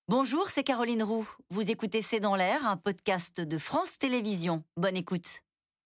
Bonjour, c'est Caroline Roux. Vous écoutez C'est dans l'air, un podcast de France Télévisions. Bonne écoute.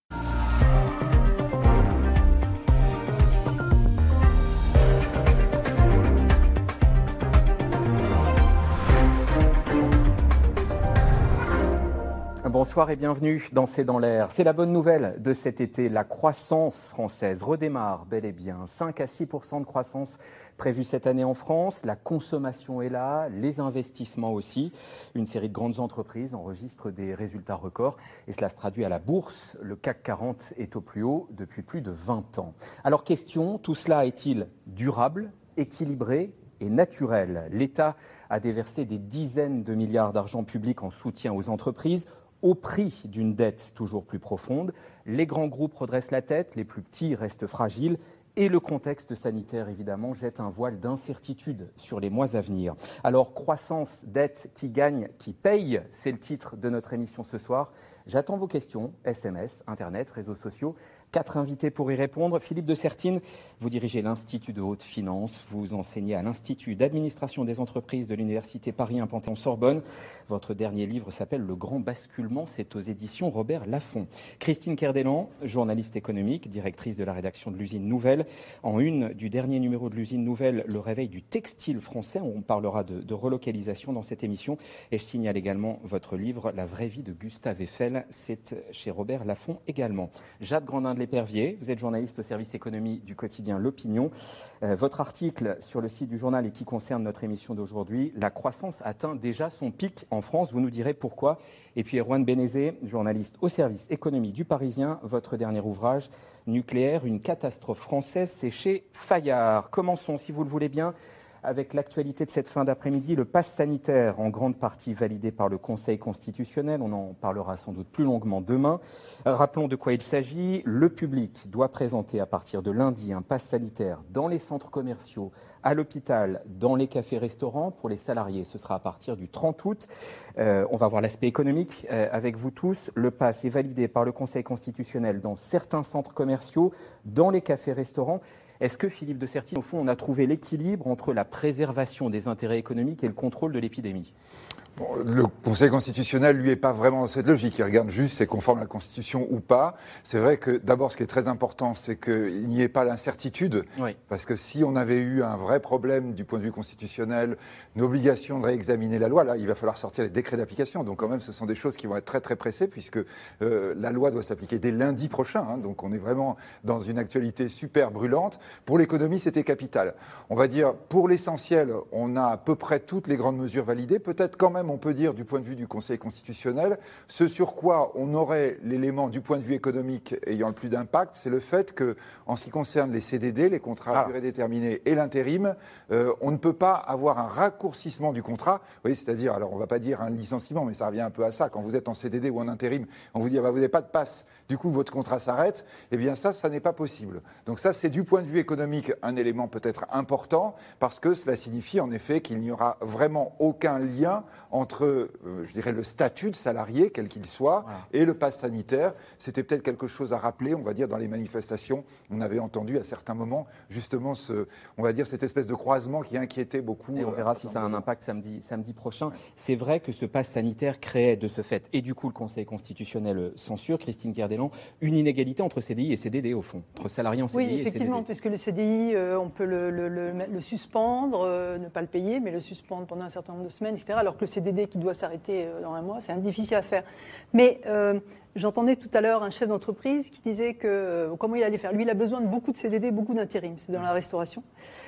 Bonsoir et bienvenue dans C'est dans l'air. C'est la bonne nouvelle de cet été. La croissance française redémarre bel et bien. 5 à 6% de croissance prévue cette année en France. La consommation est là, les investissements aussi. Une série de grandes entreprises enregistrent des résultats records et cela se traduit à la bourse. Le CAC 40 est au plus haut depuis plus de 20 ans. Alors question, tout cela est-il durable, équilibré et naturel ? L'État a déversé des dizaines de milliards d'argent public en soutien aux entreprises, au prix d'une dette toujours plus profonde. Les grands groupes redressent la tête, les plus petits restent fragiles et le contexte sanitaire, évidemment, jette un voile d'incertitude sur les mois à venir. Alors, croissance, dette, qui gagne, qui paye, c'est le titre de notre émission ce soir. J'attends vos questions, SMS, Internet, réseaux sociaux. 4 invités pour y répondre. Philippe de Sertine, vous dirigez l'Institut de haute finance. Vous enseignez à l'Institut d'administration des entreprises de l'Université Paris 1 Panthéon-Sorbonne. Votre dernier livre s'appelle Le Grand Basculement. C'est aux éditions Robert Laffont. Christine Kerdelan, journaliste économique, directrice de la rédaction de l'Usine Nouvelle. En une du dernier numéro de l'Usine Nouvelle, le réveil du textile français. On parlera de relocalisation dans cette émission. Et je signale également votre livre La vraie vie de Gustave Eiffel. C'est chez Robert Laffont également. Jade Grandin de l'Épervier, vous êtes journaliste au service économie du quotidien L'Opinion. Votre article sur le site du journal et qui concerne notre émission d'aujourd'hui, la croissance atteint déjà son pic en France. Vous nous direz pourquoi. Et puis Erwan Benezet, journaliste au service économie du Parisien. Votre dernier ouvrage, Nucléaire, une catastrophe française, c'est chez Fayard. Commençons, si vous le voulez bien, avec l'actualité de cette fin d'après-midi, le pass sanitaire en grande partie validé par le Conseil constitutionnel. On en parlera sans doute plus longuement demain. Rappelons de quoi il s'agit. Le public doit présenter à partir de lundi un pass sanitaire dans les centres commerciaux, à l'hôpital, dans les cafés-restaurants. Pour les salariés, ce sera à partir du 30 août. On va voir l'aspect économique avec vous tous. Le pass est validé par le Conseil constitutionnel dans certains centres commerciaux, dans les cafés-restaurants. Est-ce que, Philippe de Sertine, au fond, on a trouvé l'équilibre entre la préservation des intérêts économiques et le contrôle de l'épidémie ? Bon, le Conseil constitutionnel, lui, n'est pas vraiment dans cette logique. Il regarde juste si c'est conforme à la Constitution ou pas. C'est vrai que, d'abord, ce qui est très important, c'est qu'il n'y ait pas l'incertitude. Oui. Parce que si on avait eu un vrai problème du point de vue constitutionnel, une obligation de réexaminer la loi, là, il va falloir sortir les décrets d'application. Donc, quand même, ce sont des choses qui vont être très, très pressées, puisque la loi doit s'appliquer dès lundi prochain. Hein. Donc, on est vraiment dans une actualité super brûlante. Pour l'économie, c'était capital. On va dire, pour l'essentiel, on a à peu près toutes les grandes mesures validées. Peut-être quand même, on peut dire du point de vue du Conseil constitutionnel, ce sur quoi on aurait l'élément du point de vue économique ayant le plus d'impact, c'est le fait que, en ce qui concerne les CDD, les contrats à durée déterminée et l'intérim, on ne peut pas avoir un raccourcissement du contrat. Vous voyez, c'est-à-dire, alors on ne va pas dire un licenciement, mais ça revient un peu à ça. Quand vous êtes en CDD ou en intérim, on vous dit, vous n'avez pas de passe, du coup votre contrat s'arrête. Eh bien ça n'est pas possible. Donc ça, c'est du point de vue économique un élément peut-être important, parce que cela signifie en effet qu'il n'y aura vraiment aucun lien entre, je dirais, le statut de salarié, quel qu'il soit, et le pass sanitaire. C'était peut-être quelque chose à rappeler, on va dire, dans les manifestations. On avait entendu à certains moments, justement, on va dire, cette espèce de croisement qui inquiétait beaucoup. Et on verra si ça a un impact samedi prochain. Ouais. C'est vrai que ce pass sanitaire créait de ce fait, et du coup le Conseil constitutionnel censure, Christine Kerdelan, une inégalité entre CDI et CDD, au fond, entre salariés en CDI et CDD. Oui, effectivement, puisque le CDI, on peut le suspendre, ne pas le payer, mais le suspendre pendant un certain nombre de semaines, etc., alors que le CDD qui doit s'arrêter dans un mois, c'est difficile à faire. Mais j'entendais tout à l'heure un chef d'entreprise qui disait que comment il allait faire. Lui, il a besoin de beaucoup de CDD, beaucoup d'intérim, c'est dans la restauration.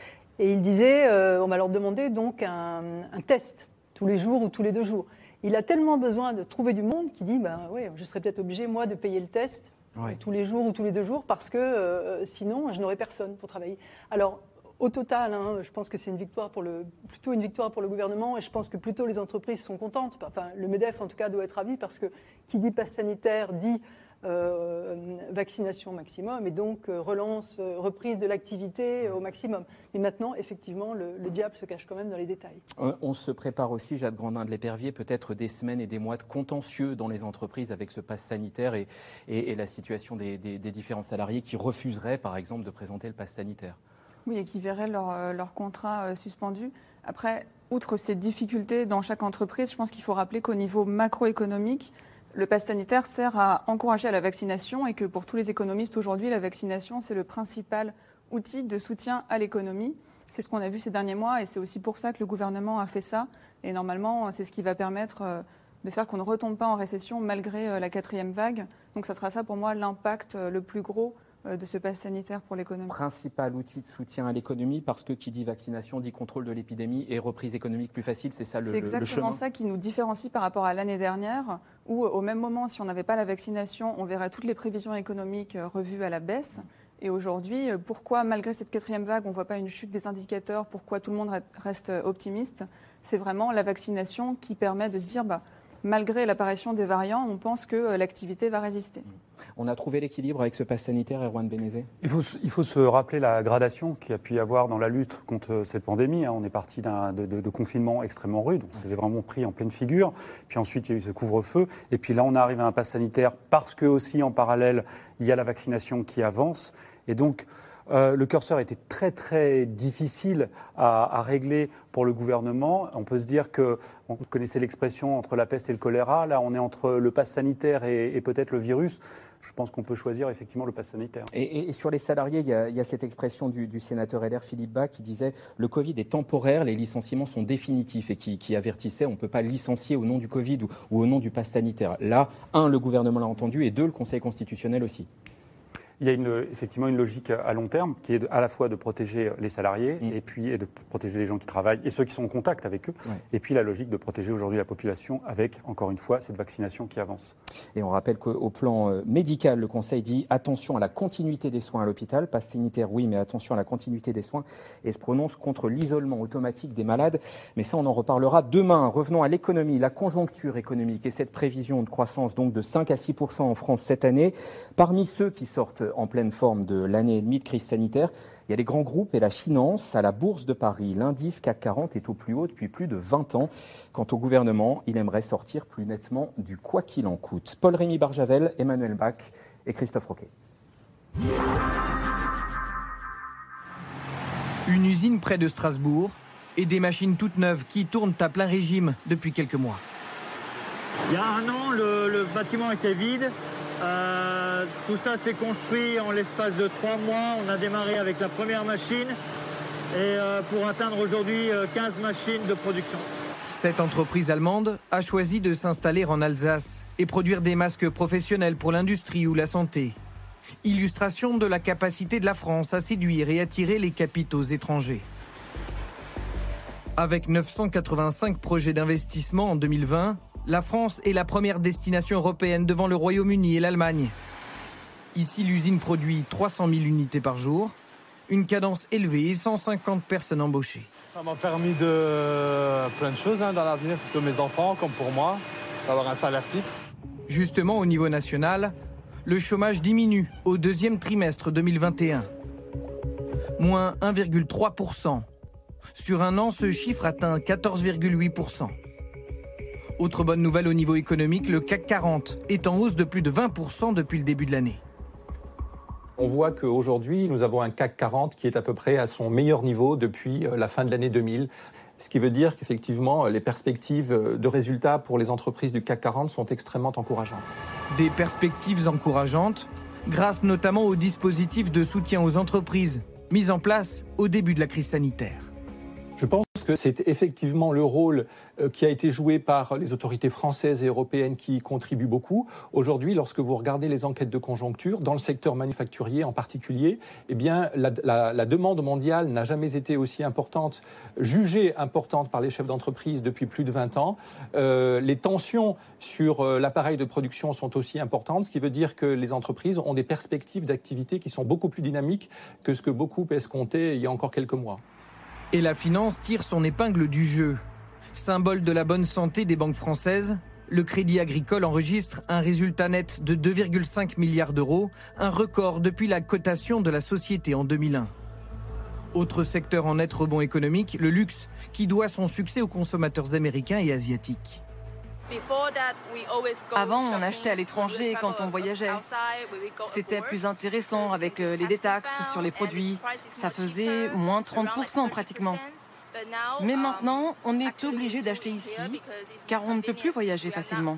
Et il disait, on va leur demander donc un test tous les jours ou tous les 2 jours. Il a tellement besoin de trouver du monde qu'il dit, je serais peut-être obligé, moi, de payer le test tous les jours ou tous les 2 jours parce que sinon, je n'aurais personne pour travailler. Alors, au total, je pense que c'est plutôt une victoire pour le gouvernement et je pense que plutôt les entreprises sont contentes. Enfin, le MEDEF, en tout cas, doit être ravi parce que qui dit pass sanitaire dit vaccination maximum et donc reprise de l'activité au maximum. Mais maintenant, effectivement, le diable se cache quand même dans les détails. On se prépare aussi, Jade Grandin de l'Épervier, peut-être des semaines et des mois de contentieux dans les entreprises avec ce pass sanitaire et la situation des différents salariés qui refuseraient, par exemple, de présenter le pass sanitaire. Oui, et qui verraient leur contrat suspendu. Après, outre ces difficultés dans chaque entreprise, je pense qu'il faut rappeler qu'au niveau macroéconomique, le pass sanitaire sert à encourager à la vaccination et que pour tous les économistes aujourd'hui, la vaccination, c'est le principal outil de soutien à l'économie. C'est ce qu'on a vu ces derniers mois et c'est aussi pour ça que le gouvernement a fait ça. Et normalement, c'est ce qui va permettre de faire qu'on ne retombe pas en récession malgré la 4e vague. Donc ça sera ça pour moi l'impact le plus gros de ce pass sanitaire pour l'économie. Principal outil de soutien à l'économie, parce que qui dit vaccination dit contrôle de l'épidémie et reprise économique plus facile, c'est ça le chemin. C'est exactement ça qui nous différencie par rapport à l'année dernière, où au même moment, si on n'avait pas la vaccination, on verrait toutes les prévisions économiques revues à la baisse. Et aujourd'hui, pourquoi, malgré cette 4e vague, on ne voit pas une chute des indicateurs, pourquoi tout le monde reste optimiste? C'est vraiment la vaccination qui permet de se dire, malgré l'apparition des variants, on pense que l'activité va résister. On a trouvé l'équilibre avec ce pass sanitaire, Erwan Benezet? Il faut se rappeler la gradation qu'il y a pu y avoir dans la lutte contre cette pandémie. On est parti de confinement extrêmement rude, on s'est vraiment pris en pleine figure. Puis ensuite, il y a eu ce couvre-feu. Et puis là, on arrive à un pass sanitaire parce que aussi, en parallèle, il y a la vaccination qui avance. Et donc, le curseur était très très difficile à régler pour le gouvernement. On peut se dire que, vous connaissez l'expression entre la peste et le choléra, là on est entre le pass sanitaire et peut-être le virus. Je pense qu'on peut choisir effectivement le pass sanitaire. Et sur les salariés, il y a cette expression du sénateur LR Philippe Bas qui disait « le Covid est temporaire, les licenciements sont définitifs » et qui avertissait « on ne peut pas licencier au nom du Covid ou au nom du pass sanitaire ». Là, le gouvernement l'a entendu et 2, le Conseil constitutionnel aussi. Il y a effectivement une logique à long terme qui est à la fois de protéger les salariés et puis de protéger les gens qui travaillent et ceux qui sont en contact avec eux. Ouais. Et puis la logique de protéger aujourd'hui la population avec, encore une fois, cette vaccination qui avance. Et on rappelle qu'au plan médical, le Conseil dit attention à la continuité des soins à l'hôpital. Pass sanitaire, oui, mais attention à la continuité des soins. Et se prononce contre l'isolement automatique des malades. Mais ça, on en reparlera demain. Revenons à l'économie, la conjoncture économique et cette prévision de croissance donc de 5 à 6% en France cette année. Parmi ceux qui sortent en pleine forme de l'année et demie de crise sanitaire, il y a les grands groupes et la finance. À la Bourse de Paris, l'indice CAC 40 est au plus haut depuis plus de 20 ans. Quant au gouvernement, il aimerait sortir plus nettement du quoi qu'il en coûte. Paul-Rémy Barjavel, Emmanuel Bach et Christophe Roquet. Une usine près de Strasbourg et des machines toutes neuves qui tournent à plein régime depuis quelques mois. Il y a un an, le bâtiment était vide. Tout ça s'est construit en l'espace de 3 mois. On a démarré avec la première machine et pour atteindre aujourd'hui 15 machines de production. Cette entreprise allemande a choisi de s'installer en Alsace et produire des masques professionnels pour l'industrie ou la santé. Illustration de la capacité de la France à séduire et attirer les capitaux étrangers. Avec 985 projets d'investissement en 2020, la France est la première destination européenne devant le Royaume-Uni et l'Allemagne. Ici, l'usine produit 300 000 unités par jour, une cadence élevée et 150 personnes embauchées. Ça m'a permis de plein de choses dans l'avenir, de mes enfants comme pour moi, d'avoir un salaire fixe. Justement, au niveau national, le chômage diminue au 2e trimestre 2021. Moins 1,3%. Sur un an, ce chiffre atteint 14,8%. Autre bonne nouvelle au niveau économique, le CAC 40 est en hausse de plus de 20% depuis le début de l'année. On voit qu'aujourd'hui, nous avons un CAC 40 qui est à peu près à son meilleur niveau depuis la fin de l'année 2000. Ce qui veut dire qu'effectivement, les perspectives de résultats pour les entreprises du CAC 40 sont extrêmement encourageantes. Des perspectives encourageantes, grâce notamment aux dispositifs de soutien aux entreprises mis en place au début de la crise sanitaire. Je pense que c'est effectivement le rôle qui a été joué par les autorités françaises et européennes qui y contribuent beaucoup. Aujourd'hui, lorsque vous regardez les enquêtes de conjoncture, dans le secteur manufacturier en particulier, eh bien, la demande mondiale n'a jamais été aussi importante, jugée importante par les chefs d'entreprise depuis plus de 20 ans. Les tensions sur l'appareil de production sont aussi importantes, ce qui veut dire que les entreprises ont des perspectives d'activité qui sont beaucoup plus dynamiques que ce que beaucoup escomptaient il y a encore quelques mois. Et la finance tire son épingle du jeu. Symbole de la bonne santé des banques françaises, le Crédit Agricole enregistre un résultat net de 2,5 milliards d'euros, un record depuis la cotation de la société en 2001. Autre secteur en net rebond économique, le luxe, qui doit son succès aux consommateurs américains et asiatiques. Avant, on achetait à l'étranger quand on voyageait. C'était plus intéressant avec les détaxes sur les produits. Ça faisait moins 30% pratiquement. Mais maintenant, on est obligé d'acheter ici, car on ne peut plus voyager facilement.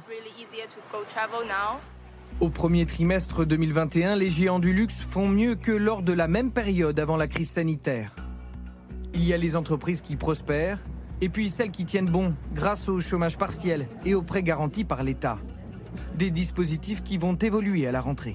Au premier trimestre 2021, les géants du luxe font mieux que lors de la même période avant la crise sanitaire. Il y a les entreprises qui prospèrent, et puis celles qui tiennent bon grâce au chômage partiel et aux prêts garantis par l'État. Des dispositifs qui vont évoluer à la rentrée.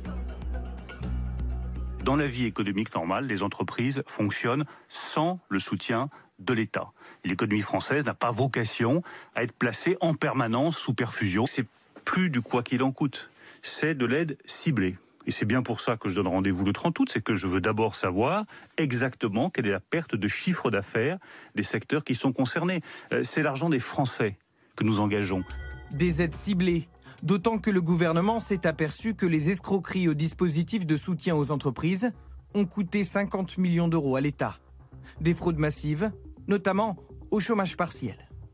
Dans la vie économique normale, les entreprises fonctionnent sans le soutien de l'État. L'économie française n'a pas vocation à être placée en permanence sous perfusion. C'est plus du quoi qu'il en coûte, c'est de l'aide ciblée. Et c'est bien pour ça que je donne rendez-vous le 30 août, c'est que je veux d'abord savoir exactement quelle est la perte de chiffre d'affaires des secteurs qui sont concernés. C'est l'argent des Français que nous engageons. Des aides ciblées, d'autant que le gouvernement s'est aperçu que les escroqueries au dispositif de soutien aux entreprises ont coûté 50 millions d'euros à l'État. Des fraudes massives, notamment au chômage partiel.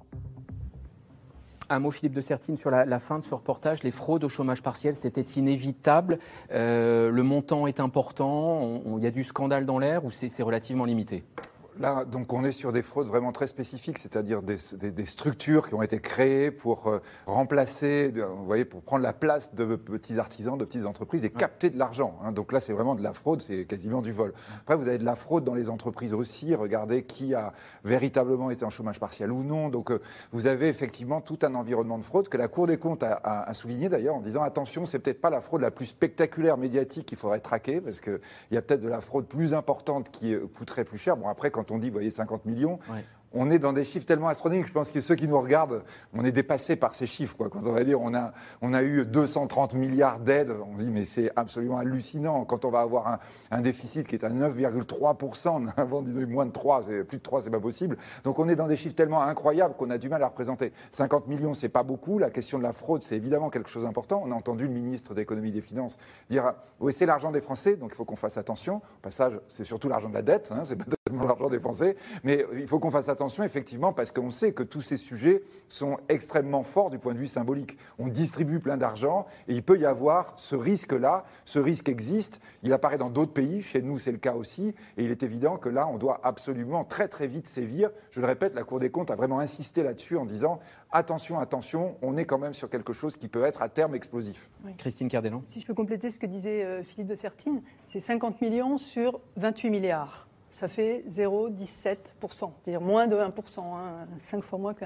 Un mot, Philippe de Sertine, sur la fin de ce reportage. Les fraudes au chômage partiel, c'était inévitable. Le montant est important. Il y a du scandale dans l'air ou c'est relativement limité ? Là, donc, on est sur des fraudes vraiment très spécifiques, c'est-à-dire des structures qui ont été créées pour remplacer, vous voyez, pour prendre la place de petits artisans, de petites entreprises et capter de l'argent. Donc là, c'est vraiment de la fraude, c'est quasiment du vol. Après, vous avez de la fraude dans les entreprises aussi. Regardez qui a véritablement été en chômage partiel ou non. Donc, vous avez effectivement tout un environnement de fraude que la Cour des comptes a souligné d'ailleurs en disant attention, c'est peut-être pas la fraude la plus spectaculaire médiatique qu'il faudrait traquer parce qu'il y a peut-être de la fraude plus importante qui coûterait plus cher. Bon, après, quand on dit, vous voyez, 50 millions, on est dans des chiffres tellement astronomiques. Je pense que ceux qui nous regardent, on est dépassés par ces chiffres, quoi. Quand on va dire on a eu 230 milliards d'aides, on dit mais c'est absolument hallucinant. Quand on va avoir un déficit qui est à 9,3%, avant on disait moins de 3, plus de 3, c'est pas possible. Donc on est dans des chiffres tellement incroyables qu'on a du mal à représenter. 50 millions, c'est pas beaucoup. La question de la fraude, c'est évidemment quelque chose d'important. On a entendu le ministre de l'économie et des finances dire oui, c'est l'argent des Français, donc il faut qu'on fasse attention. Au passage, c'est surtout l'argent de la dette, c'est pas tellement l'argent des Français, mais il faut qu'on fasse attention effectivement parce qu'on sait que tous ces sujets sont extrêmement forts du point de vue symbolique. On distribue plein d'argent et il peut y avoir ce risque-là. Ce risque existe, il apparaît dans d'autres pays, chez nous c'est le cas aussi et il est évident que là on doit absolument très très vite sévir. Je le répète, la Cour des comptes a vraiment insisté là-dessus en disant attention, attention, on est quand même sur quelque chose qui peut être à terme explosif. Oui. Christine Cardellan. Si je peux compléter ce que disait Philippe de Sertine, c'est 50 millions sur 28 milliards. Ça fait 0,17%, c'est-à-dire moins de 1%, 5 fois moins que 1%.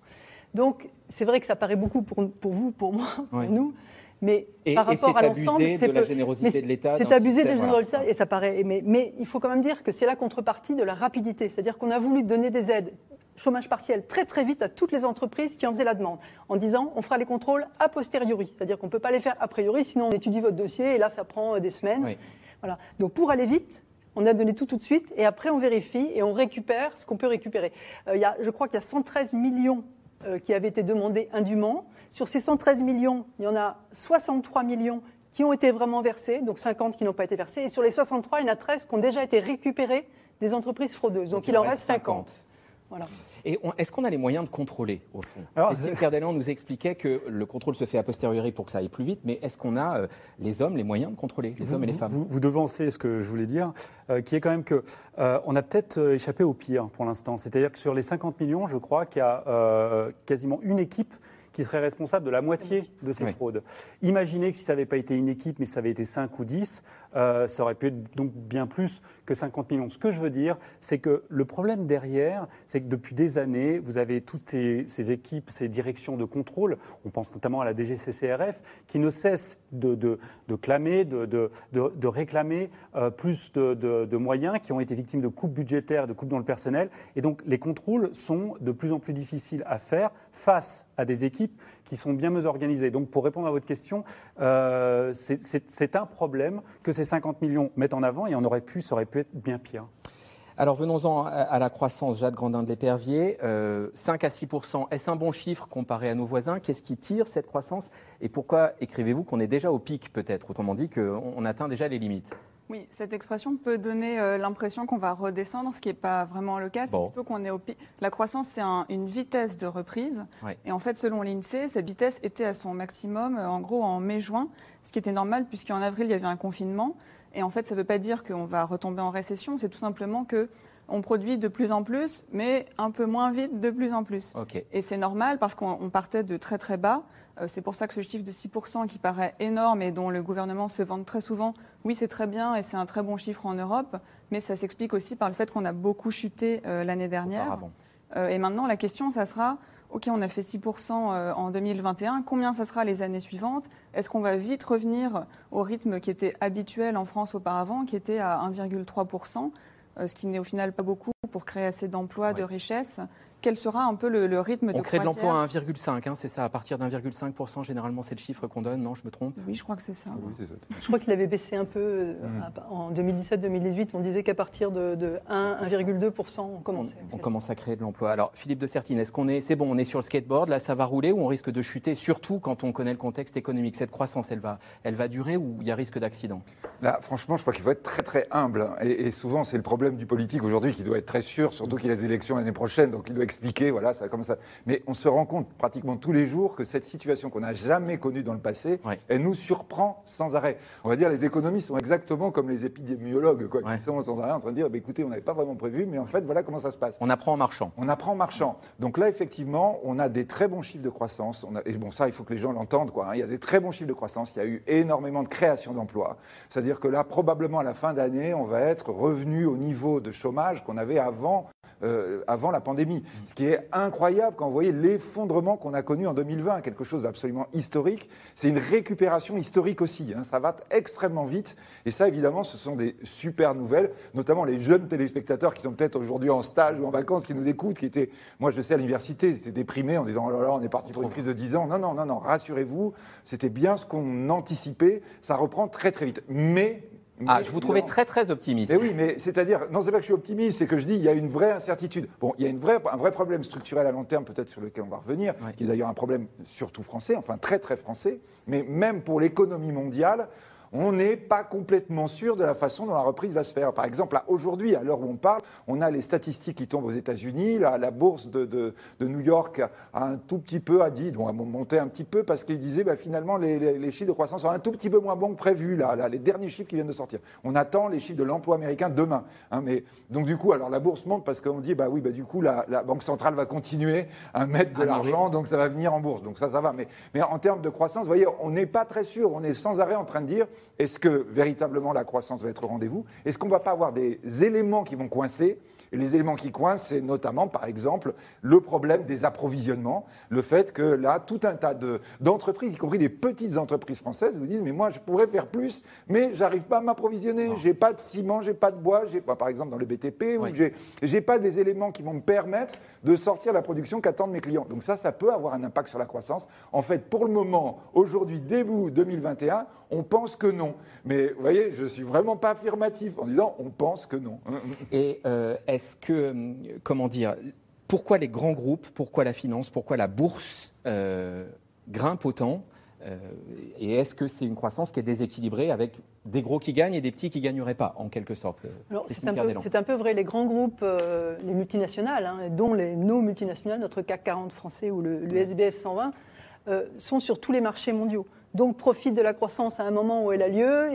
Donc, c'est vrai que ça paraît beaucoup pour vous, pour moi, pour nous, mais par rapport à l'ensemble, c'est abusé de la générosité de l'État. C'est abusé de la générosité, et ça paraît. Mais il faut quand même dire que c'est la contrepartie de la rapidité, c'est-à-dire qu'on a voulu donner des aides chômage partiel très très vite à toutes les entreprises qui en faisaient la demande, en disant on fera les contrôles a posteriori, c'est-à-dire qu'on ne peut pas les faire a priori, sinon on étudie votre dossier et là ça prend des semaines. Oui. Voilà. Donc pour aller vite, on a donné tout de suite et après on vérifie et on récupère ce qu'on peut récupérer. Je crois qu'il y a 113 millions qui avaient été demandés indûment. Sur ces 113 millions, il y en a 63 millions qui ont été vraiment versés, donc 50 qui n'ont pas été versés. Et sur les 63, il y en a 13 qui ont déjà été récupérés des entreprises fraudeuses. Donc il en reste 50. Voilà. Et est-ce qu'on a les moyens de contrôler, au fond ? Christine Cardellan nous expliquait que le contrôle se fait a posteriori pour que ça aille plus vite, mais est-ce qu'on a, les hommes, les moyens de contrôler, les hommes et les femmes ? Vous devancez ce que je voulais dire, qui est quand même qu'on a peut-être échappé au pire pour l'instant. C'est-à-dire que sur les 50 millions, je crois qu'il y a quasiment une équipe qui serait responsable de la moitié de ces fraudes. Imaginez que si ça n'avait pas été une équipe, mais ça avait été 5 ou 10, ça aurait pu être donc bien plus que 50 millions. Ce que je veux dire, c'est que le problème derrière, c'est que depuis des années, vous avez toutes ces équipes, ces directions de contrôle, on pense notamment à la DGCCRF, qui ne cessent de clamer, de réclamer plus de moyens, qui ont été victimes de coupes budgétaires, de coupes dans le personnel. Et donc les contrôles sont de plus en plus difficiles à faire face à des équipes qui sont bien mieux organisées. Donc pour répondre à votre question, c'est un problème que ces 50 millions mettent en avant et ça aurait pu être bien pire. Alors venons-en à la croissance. Jade Grandin de l'Épervier, 5 à 6%. Est-ce un bon chiffre comparé à nos voisins ? Qu'est-ce qui tire cette croissance ? Et pourquoi écrivez-vous qu'on est déjà au pic peut-être ? Autrement dit, qu'on atteint déjà les limites ? Oui, cette expression peut donner l'impression qu'on va redescendre, ce qui n'est pas vraiment le cas. C'est plutôt qu'on est au pic. La croissance, c'est une vitesse de reprise. Ouais. Et en fait, selon l'INSEE, cette vitesse était à son maximum, en gros, en mai-juin, ce qui était normal, puisqu'en avril, il y avait un confinement. Et en fait, ça ne veut pas dire qu'on va retomber en récession, c'est tout simplement qu'on produit de plus en plus, mais un peu moins vite de plus en plus. Okay. Et c'est normal parce qu'on partait de très très bas. C'est pour ça que ce chiffre de 6% qui paraît énorme et dont le gouvernement se vante très souvent, oui, c'est très bien et c'est un très bon chiffre en Europe, mais ça s'explique aussi par le fait qu'on a beaucoup chuté l'année dernière. Et maintenant, la question, ça sera, OK, on a fait 6% en 2021, combien ça sera les années suivantes ? Est-ce qu'on va vite revenir au rythme qui était habituel en France auparavant, qui était à 1,3%, ce qui n'est au final pas beaucoup pour créer assez d'emplois, de richesses ? Quel sera un peu le rythme de croisière ? On crée de l'emploi à 1,5, c'est ça, à partir d'1,5%, généralement c'est le chiffre qu'on donne, non, je me trompe ? Oui, je crois que c'est ça. Oui, c'est ça. Je crois qu'il avait baissé un peu en 2017-2018, on disait qu'à partir de 1,2%, on commençait. On commence à créer de l'emploi. Alors, Philippe de Sertine, est-ce qu'on est, c'est bon, on est sur le skateboard, là ça va rouler ou on risque de chuter, surtout quand on connaît le contexte économique ? Cette croissance, elle va durer ou il y a risque d'accident ? Là, franchement, je crois qu'il faut être très très humble. Et souvent, c'est le problème du politique aujourd'hui qui doit être très sûr, surtout qu'il y a les élections l'année prochaine, donc il doit expliquer, voilà, ça comme ça. Mais on se rend compte pratiquement tous les jours que cette situation qu'on n'a jamais connue dans le passé, elle nous surprend sans arrêt. On va dire les économistes sont exactement comme les épidémiologues, quoi, qui sont sans arrêt en train de dire, bah, écoutez, on n'avait pas vraiment prévu, mais en fait, voilà comment ça se passe. On apprend en marchant. On apprend en marchant. Donc là, effectivement, on a des très bons chiffres de croissance. Et bon, ça, il faut que les gens l'entendent, quoi, hein. Il y a des très bons chiffres de croissance. Il y a eu énormément de création d'emplois. C'est-à-dire que là, probablement à la fin d'année, on va être revenu au niveau de chômage qu'on avait avant la pandémie. Ce qui est incroyable quand vous voyez l'effondrement qu'on a connu en 2020, quelque chose d'absolument historique. C'est une récupération historique aussi, hein. Ça va extrêmement vite. Et ça, évidemment, ce sont des super nouvelles, notamment les jeunes téléspectateurs qui sont peut-être aujourd'hui en stage ou en vacances, qui nous écoutent, qui étaient, moi je sais, à l'université, ils étaient déprimés en disant « Oh là là, on est parti pour une crise de 10 ans ». Non, rassurez-vous, c'était bien ce qu'on anticipait. Ça reprend très très vite. Mais je vous trouvais très très optimiste. Mais oui, mais c'est-à-dire, non, c'est pas que je suis optimiste, c'est que je dis il y a une vraie incertitude. Bon, il y a un vrai problème structurel à long terme, peut-être sur lequel on va revenir, qui est d'ailleurs un problème surtout français, enfin très très français, mais même pour l'économie mondiale, on n'est pas complètement sûr de la façon dont la reprise va se faire. Par exemple, là, aujourd'hui, à l'heure où on parle, on a les statistiques qui tombent aux États-Unis. La bourse de New York a un tout petit peu, a monté un petit peu parce qu'il disait finalement les chiffres de croissance sont un tout petit peu moins bons que prévu, là, les derniers chiffres qui viennent de sortir. On attend les chiffres de l'emploi américain demain. Hein, mais, donc du coup, alors la bourse monte parce qu'on dit, du coup, la Banque centrale va continuer à mettre de l'argent, donc ça va venir en bourse. Donc ça va. Mais en termes de croissance, vous voyez, on n'est pas très sûr. On est sans arrêt en train de dire, est-ce que véritablement la croissance va être au rendez-vous ? Est-ce qu'on ne va pas avoir des éléments qui vont coincer ? Et les éléments qui coincent, c'est notamment, par exemple, le problème des approvisionnements. Le fait que là, tout un tas d'entreprises, y compris des petites entreprises françaises, vous disent « Mais moi, je pourrais faire plus, mais je n'arrive pas à m'approvisionner. Je n'ai pas de ciment, je n'ai pas de bois, par exemple dans le BTP, ou je n'ai pas des éléments qui vont me permettre de sortir la production qu'attendent mes clients. » Donc ça peut avoir un impact sur la croissance. En fait, pour le moment, aujourd'hui, début 2021, on pense que non. Mais vous voyez, je ne suis vraiment pas affirmatif en disant on pense que non. Et est-ce que, pourquoi les grands groupes, pourquoi la finance, pourquoi la bourse grimpe autant et est-ce que c'est une croissance qui est déséquilibrée avec des gros qui gagnent et des petits qui ne gagneraient pas, en quelque sorte? Alors, c'est un peu vrai. Les grands groupes, les multinationales, dont nos multinationales, notre CAC 40 français ou le SBF 120, sont sur tous les marchés mondiaux. Donc profitent de la croissance à un moment où elle a lieu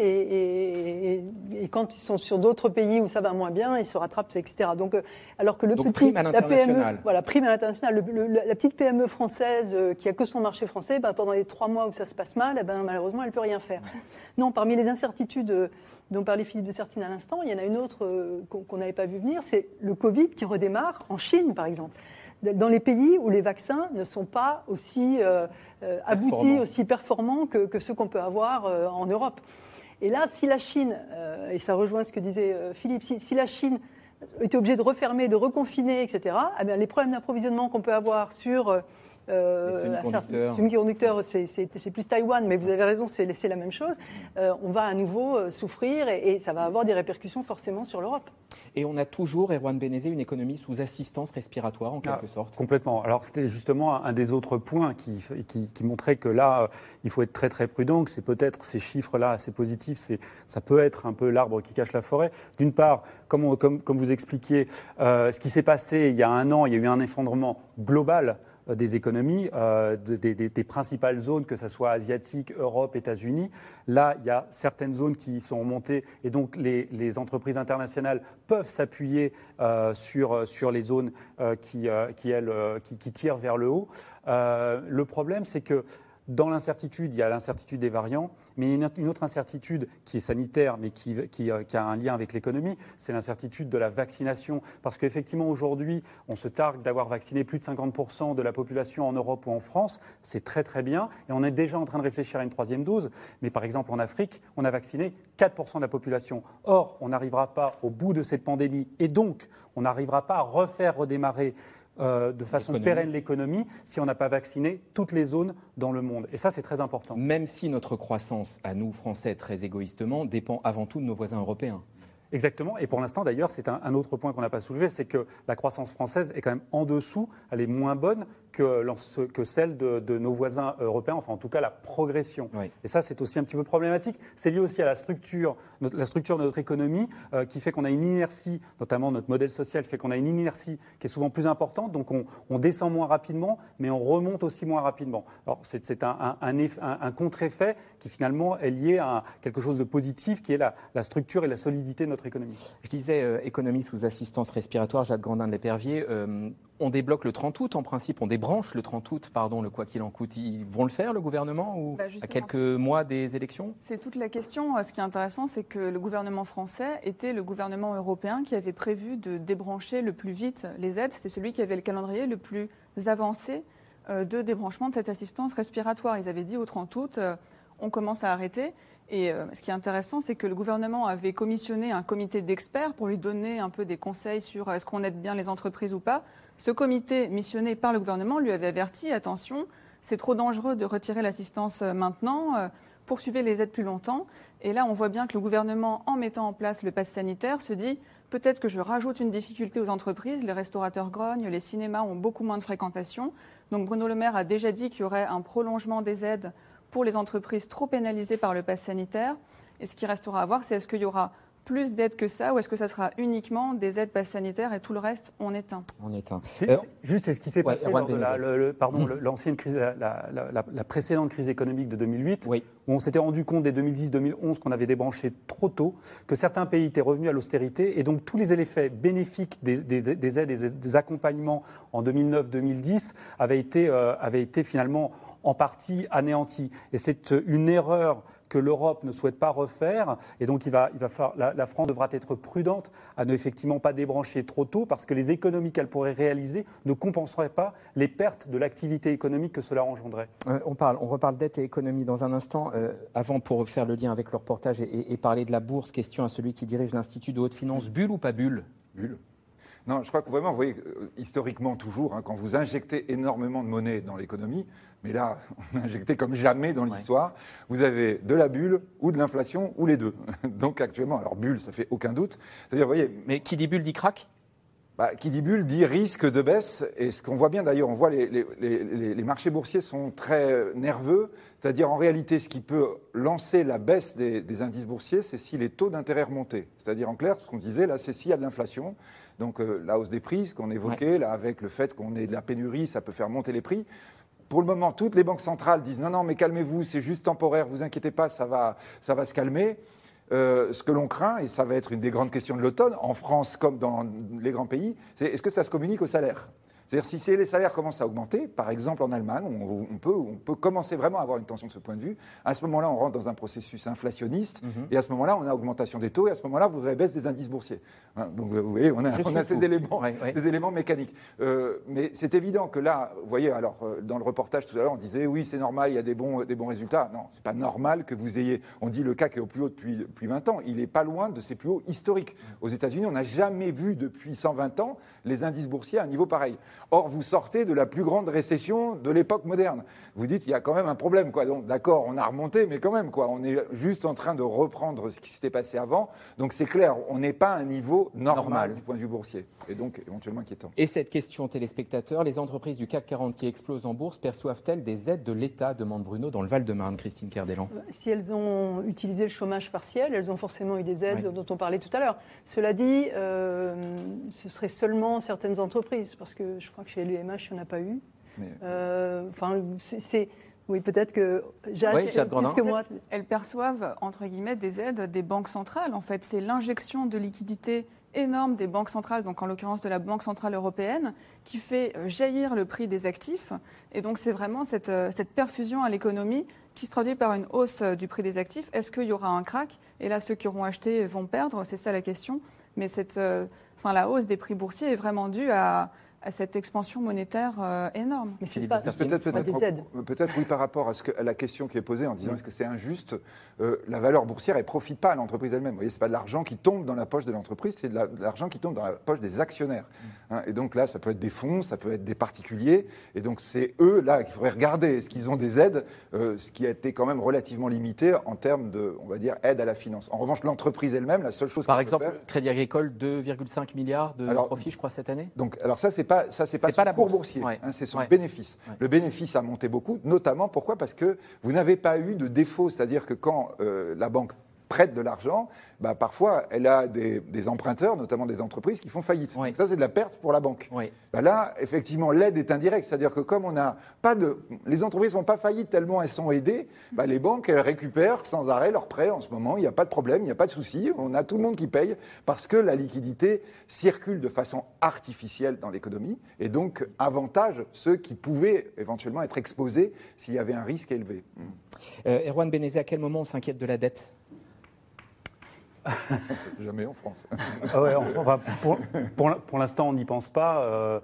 et quand ils sont sur d'autres pays où ça va moins bien, ils se rattrapent, etc. Donc, alors que prime à l'international. Prime à l'international. La petite PME française qui a que son marché français, pendant les 3 mois où ça se passe mal, malheureusement, elle ne peut rien faire. Non, parmi les incertitudes dont parlait Philippe de Sertine à l'instant, il y en a une autre qu'on n'avait pas vu venir, c'est le Covid qui redémarre en Chine, par exemple. Dans les pays où les vaccins ne sont pas aussi aboutis, aussi performants que ceux qu'on peut avoir en Europe. Et là, si la Chine, et ça rejoint ce que disait Philippe, si la Chine était obligée de refermer, de reconfiner, etc., les problèmes d'approvisionnement qu'on peut avoir sur Semi-conducteurs, c'est plus Taïwan, mais vous avez raison, c'est la même chose. On va à nouveau souffrir et ça va avoir des répercussions forcément sur l'Europe. Et on a toujours, Erwan Benezet, une économie sous assistance respiratoire, en quelque sorte. Complètement. Alors, c'était justement un des autres points qui montrait que là, il faut être très, très prudent, que c'est peut-être ces chiffres-là assez positifs, ça peut être un peu l'arbre qui cache la forêt. D'une part, comme vous expliquiez, ce qui s'est passé il y a un an, il y a eu un effondrement global des économies, des principales zones, que ce soit asiatique, Europe, États-Unis. Là, il y a certaines zones qui sont remontées et donc les entreprises internationales peuvent s'appuyer sur les zones qui tirent vers le haut. Le problème, c'est que dans l'incertitude, il y a l'incertitude des variants, mais il y a une autre incertitude qui est sanitaire, mais qui a un lien avec l'économie, c'est l'incertitude de la vaccination. Parce qu'effectivement, aujourd'hui, on se targue d'avoir vacciné plus de 50% de la population en Europe ou en France. C'est très, très bien. Et on est déjà en train de réfléchir à une 3e dose. Mais par exemple, en Afrique, on a vacciné 4% de la population. Or, on n'arrivera pas au bout de cette pandémie. Et donc, on n'arrivera pas à redémarrer de façon pérenne l'économie si on n'a pas vacciné toutes les zones dans le monde. Et ça, c'est très important. Même si notre croissance, à nous, Français, très égoïstement, dépend avant tout de nos voisins européens. Exactement. Et pour l'instant, d'ailleurs, c'est un autre point qu'on n'a pas soulevé, c'est que la croissance française est quand même en dessous, elle est moins bonne que celle de nos voisins européens, enfin en tout cas la progression. Oui. Et ça, c'est aussi un petit peu problématique. C'est lié aussi à la structure de notre économie qui fait qu'on a une inertie, notamment notre modèle social fait qu'on a une inertie qui est souvent plus importante, donc on descend moins rapidement, mais on remonte aussi moins rapidement. Alors c'est un contre-effet qui finalement est lié à quelque chose de positif qui est la structure et la solidité de notre économie. Je disais économie sous assistance respiratoire, Jacques Grandin de l'Épervier. On débloque le 30 août, en principe, on débranche le 30 août, le quoi qu'il en coûte. Ils vont le faire, le gouvernement, ou à quelques mois des élections ? C'est toute la question. Ce qui est intéressant, c'est que le gouvernement français était le gouvernement européen qui avait prévu de débrancher le plus vite les aides. C'était celui qui avait le calendrier le plus avancé de débranchement de cette assistance respiratoire. Ils avaient dit au 30 août, on commence à arrêter. Et ce qui est intéressant, c'est que le gouvernement avait commissionné un comité d'experts pour lui donner un peu des conseils sur est-ce qu'on aide bien les entreprises ou pas. Ce comité missionné par le gouvernement lui avait averti, attention, c'est trop dangereux de retirer l'assistance maintenant, poursuivez les aides plus longtemps. Et là, on voit bien que le gouvernement, en mettant en place le pass sanitaire, se dit peut-être que je rajoute une difficulté aux entreprises, les restaurateurs grognent, les cinémas ont beaucoup moins de fréquentation. Donc Bruno Le Maire a déjà dit qu'il y aurait un prolongement des aides pour les entreprises trop pénalisées par le pass sanitaire. Et ce qui restera à voir, c'est est-ce qu'il y aura plus d'aides que ça ou est-ce que ça sera uniquement des aides pass sanitaires et tout le reste, on éteint ? On éteint. Juste, c'est ce qui s'est passé lors de l'ancienne crise, la précédente crise économique de 2008, où on s'était rendu compte dès 2010-2011 qu'on avait débranché trop tôt, que certains pays étaient revenus à l'austérité et donc tous les effets bénéfiques des aides et des accompagnements en 2009-2010 avaient été finalement en partie anéantis. Et c'est une erreur que l'Europe ne souhaite pas refaire. Et donc, la France devra être prudente à ne effectivement pas débrancher trop tôt parce que les économies qu'elle pourrait réaliser ne compenseraient pas les pertes de l'activité économique que cela engendrait. On reparle dette et économie dans un instant. Avant, pour faire le lien avec le reportage et parler de la bourse, question à celui qui dirige l'Institut de haute finance. Bulle ou pas bulle ? Bulle. Non, je crois que vraiment, vous voyez, historiquement toujours, quand vous injectez énormément de monnaie dans l'économie, mais là, on a injecté comme jamais dans l'histoire, vous avez de la bulle ou de l'inflation ou les deux. Donc actuellement, alors bulle, ça fait aucun doute. C'est-à-dire, vous voyez, mais qui dit bulle dit crack ? Qui dit bulle dit risque de baisse. Et ce qu'on voit bien d'ailleurs, on voit les marchés boursiers sont très nerveux. C'est-à-dire en réalité, ce qui peut lancer la baisse des indices boursiers, c'est si les taux d'intérêt remontaient. C'est-à-dire en clair, ce qu'on disait là, c'est s'il y a de l'inflation. Donc la hausse des prix, ce qu'on évoquait, là, avec le fait qu'on ait de la pénurie, ça peut faire monter les prix. Pour le moment, toutes les banques centrales disent non, mais calmez-vous, c'est juste temporaire, vous inquiétez pas, ça va se calmer. Ce que l'on craint, et ça va être une des grandes questions de l'automne, en France comme dans les grands pays, c'est est-ce que ça se communique au salaire ? C'est-à-dire si les salaires commencent à augmenter, par exemple en Allemagne, on peut commencer vraiment à avoir une tension de ce point de vue. À ce moment-là, on rentre dans un processus inflationniste, et à ce moment-là, on a augmentation des taux, et à ce moment-là, vous avez baisse des indices boursiers. Donc vous voyez, on a ces éléments mécaniques. Mais c'est évident que là, vous voyez, alors dans le reportage tout à l'heure, on disait oui, c'est normal, il y a des bons résultats. Non, c'est pas normal que vous ayez, on dit le CAC est au plus haut depuis 20 ans, il n'est pas loin de ses plus hauts historiques. Aux États-Unis, on n'a jamais vu depuis 120 ans les indices boursiers à un niveau pareil. Or, vous sortez de la plus grande récession de l'époque moderne. Vous dites, il y a quand même un problème, quoi. Donc, d'accord, on a remonté, mais quand même, quoi. On est juste en train de reprendre ce qui s'était passé avant. Donc, c'est clair, on n'est pas à un niveau normal du point de vue boursier. Et donc, éventuellement inquiétant. Et cette question téléspectateur, les entreprises du CAC 40 qui explosent en bourse perçoivent-elles des aides de l'État, demande Bruno, dans le Val-de-Marne, Christine Kerdelan. Si elles ont utilisé le chômage partiel, elles ont forcément eu des aides dont on parlait tout à l'heure. Cela dit, ce serait seulement certaines entreprises, parce que je crois que chez l'UMH, il n'y en a pas eu. Oui, peut-être que plus que moi. Elles perçoivent, entre guillemets, des aides des banques centrales. En fait, c'est l'injection de liquidités énorme des banques centrales, donc en l'occurrence de la Banque centrale européenne, qui fait jaillir le prix des actifs. Et donc, c'est vraiment cette perfusion à l'économie qui se traduit par une hausse du prix des actifs. Est-ce qu'il y aura un crack ? Et là, ceux qui auront acheté vont perdre, c'est ça la question. Mais la hausse des prix boursiers est vraiment due à cette expansion monétaire énorme. Mais c'est pas des aides. Peut-être oui, par rapport à la question qui est posée en disant est-ce que c'est injuste, la valeur boursière, elle ne profite pas à l'entreprise elle-même. Vous voyez, ce n'est pas de l'argent qui tombe dans la poche de l'entreprise, c'est de l'argent qui tombe dans la poche des actionnaires. Et donc là, ça peut être des fonds, ça peut être des particuliers. Et donc c'est eux, là, qu'il faudrait regarder. Est-ce qu'ils ont des aides, ce qui a été quand même relativement limité en termes de, on va dire, aide à la finance. En revanche, l'entreprise elle-même, la seule chose par exemple, Crédit Agricole, 2,5 milliards de profit, je crois, cette année. Donc, alors ça, c'est pas son cours boursier, c'est son bénéfice. Ouais. Le bénéfice a monté beaucoup, notamment pourquoi ? Parce que vous n'avez pas eu de défaut, c'est-à-dire que quand la banque prête de l'argent, parfois elle a des emprunteurs, notamment des entreprises, qui font faillite. Donc ça, c'est de la perte pour la banque. Là, effectivement, l'aide est indirecte, c'est-à-dire que comme on n'a pas les entreprises ne sont pas faillites tellement elles sont aidées, les banques elles récupèrent sans arrêt leurs prêts en ce moment, il n'y a pas de problème, il n'y a pas de souci, on a tout le monde qui paye parce que la liquidité circule de façon artificielle dans l'économie et donc avantage ceux qui pouvaient éventuellement être exposés s'il y avait un risque élevé. Erwan Benezet, à quel moment on s'inquiète de la dette ? Jamais en France. Pour l'instant, on n'y pense pas.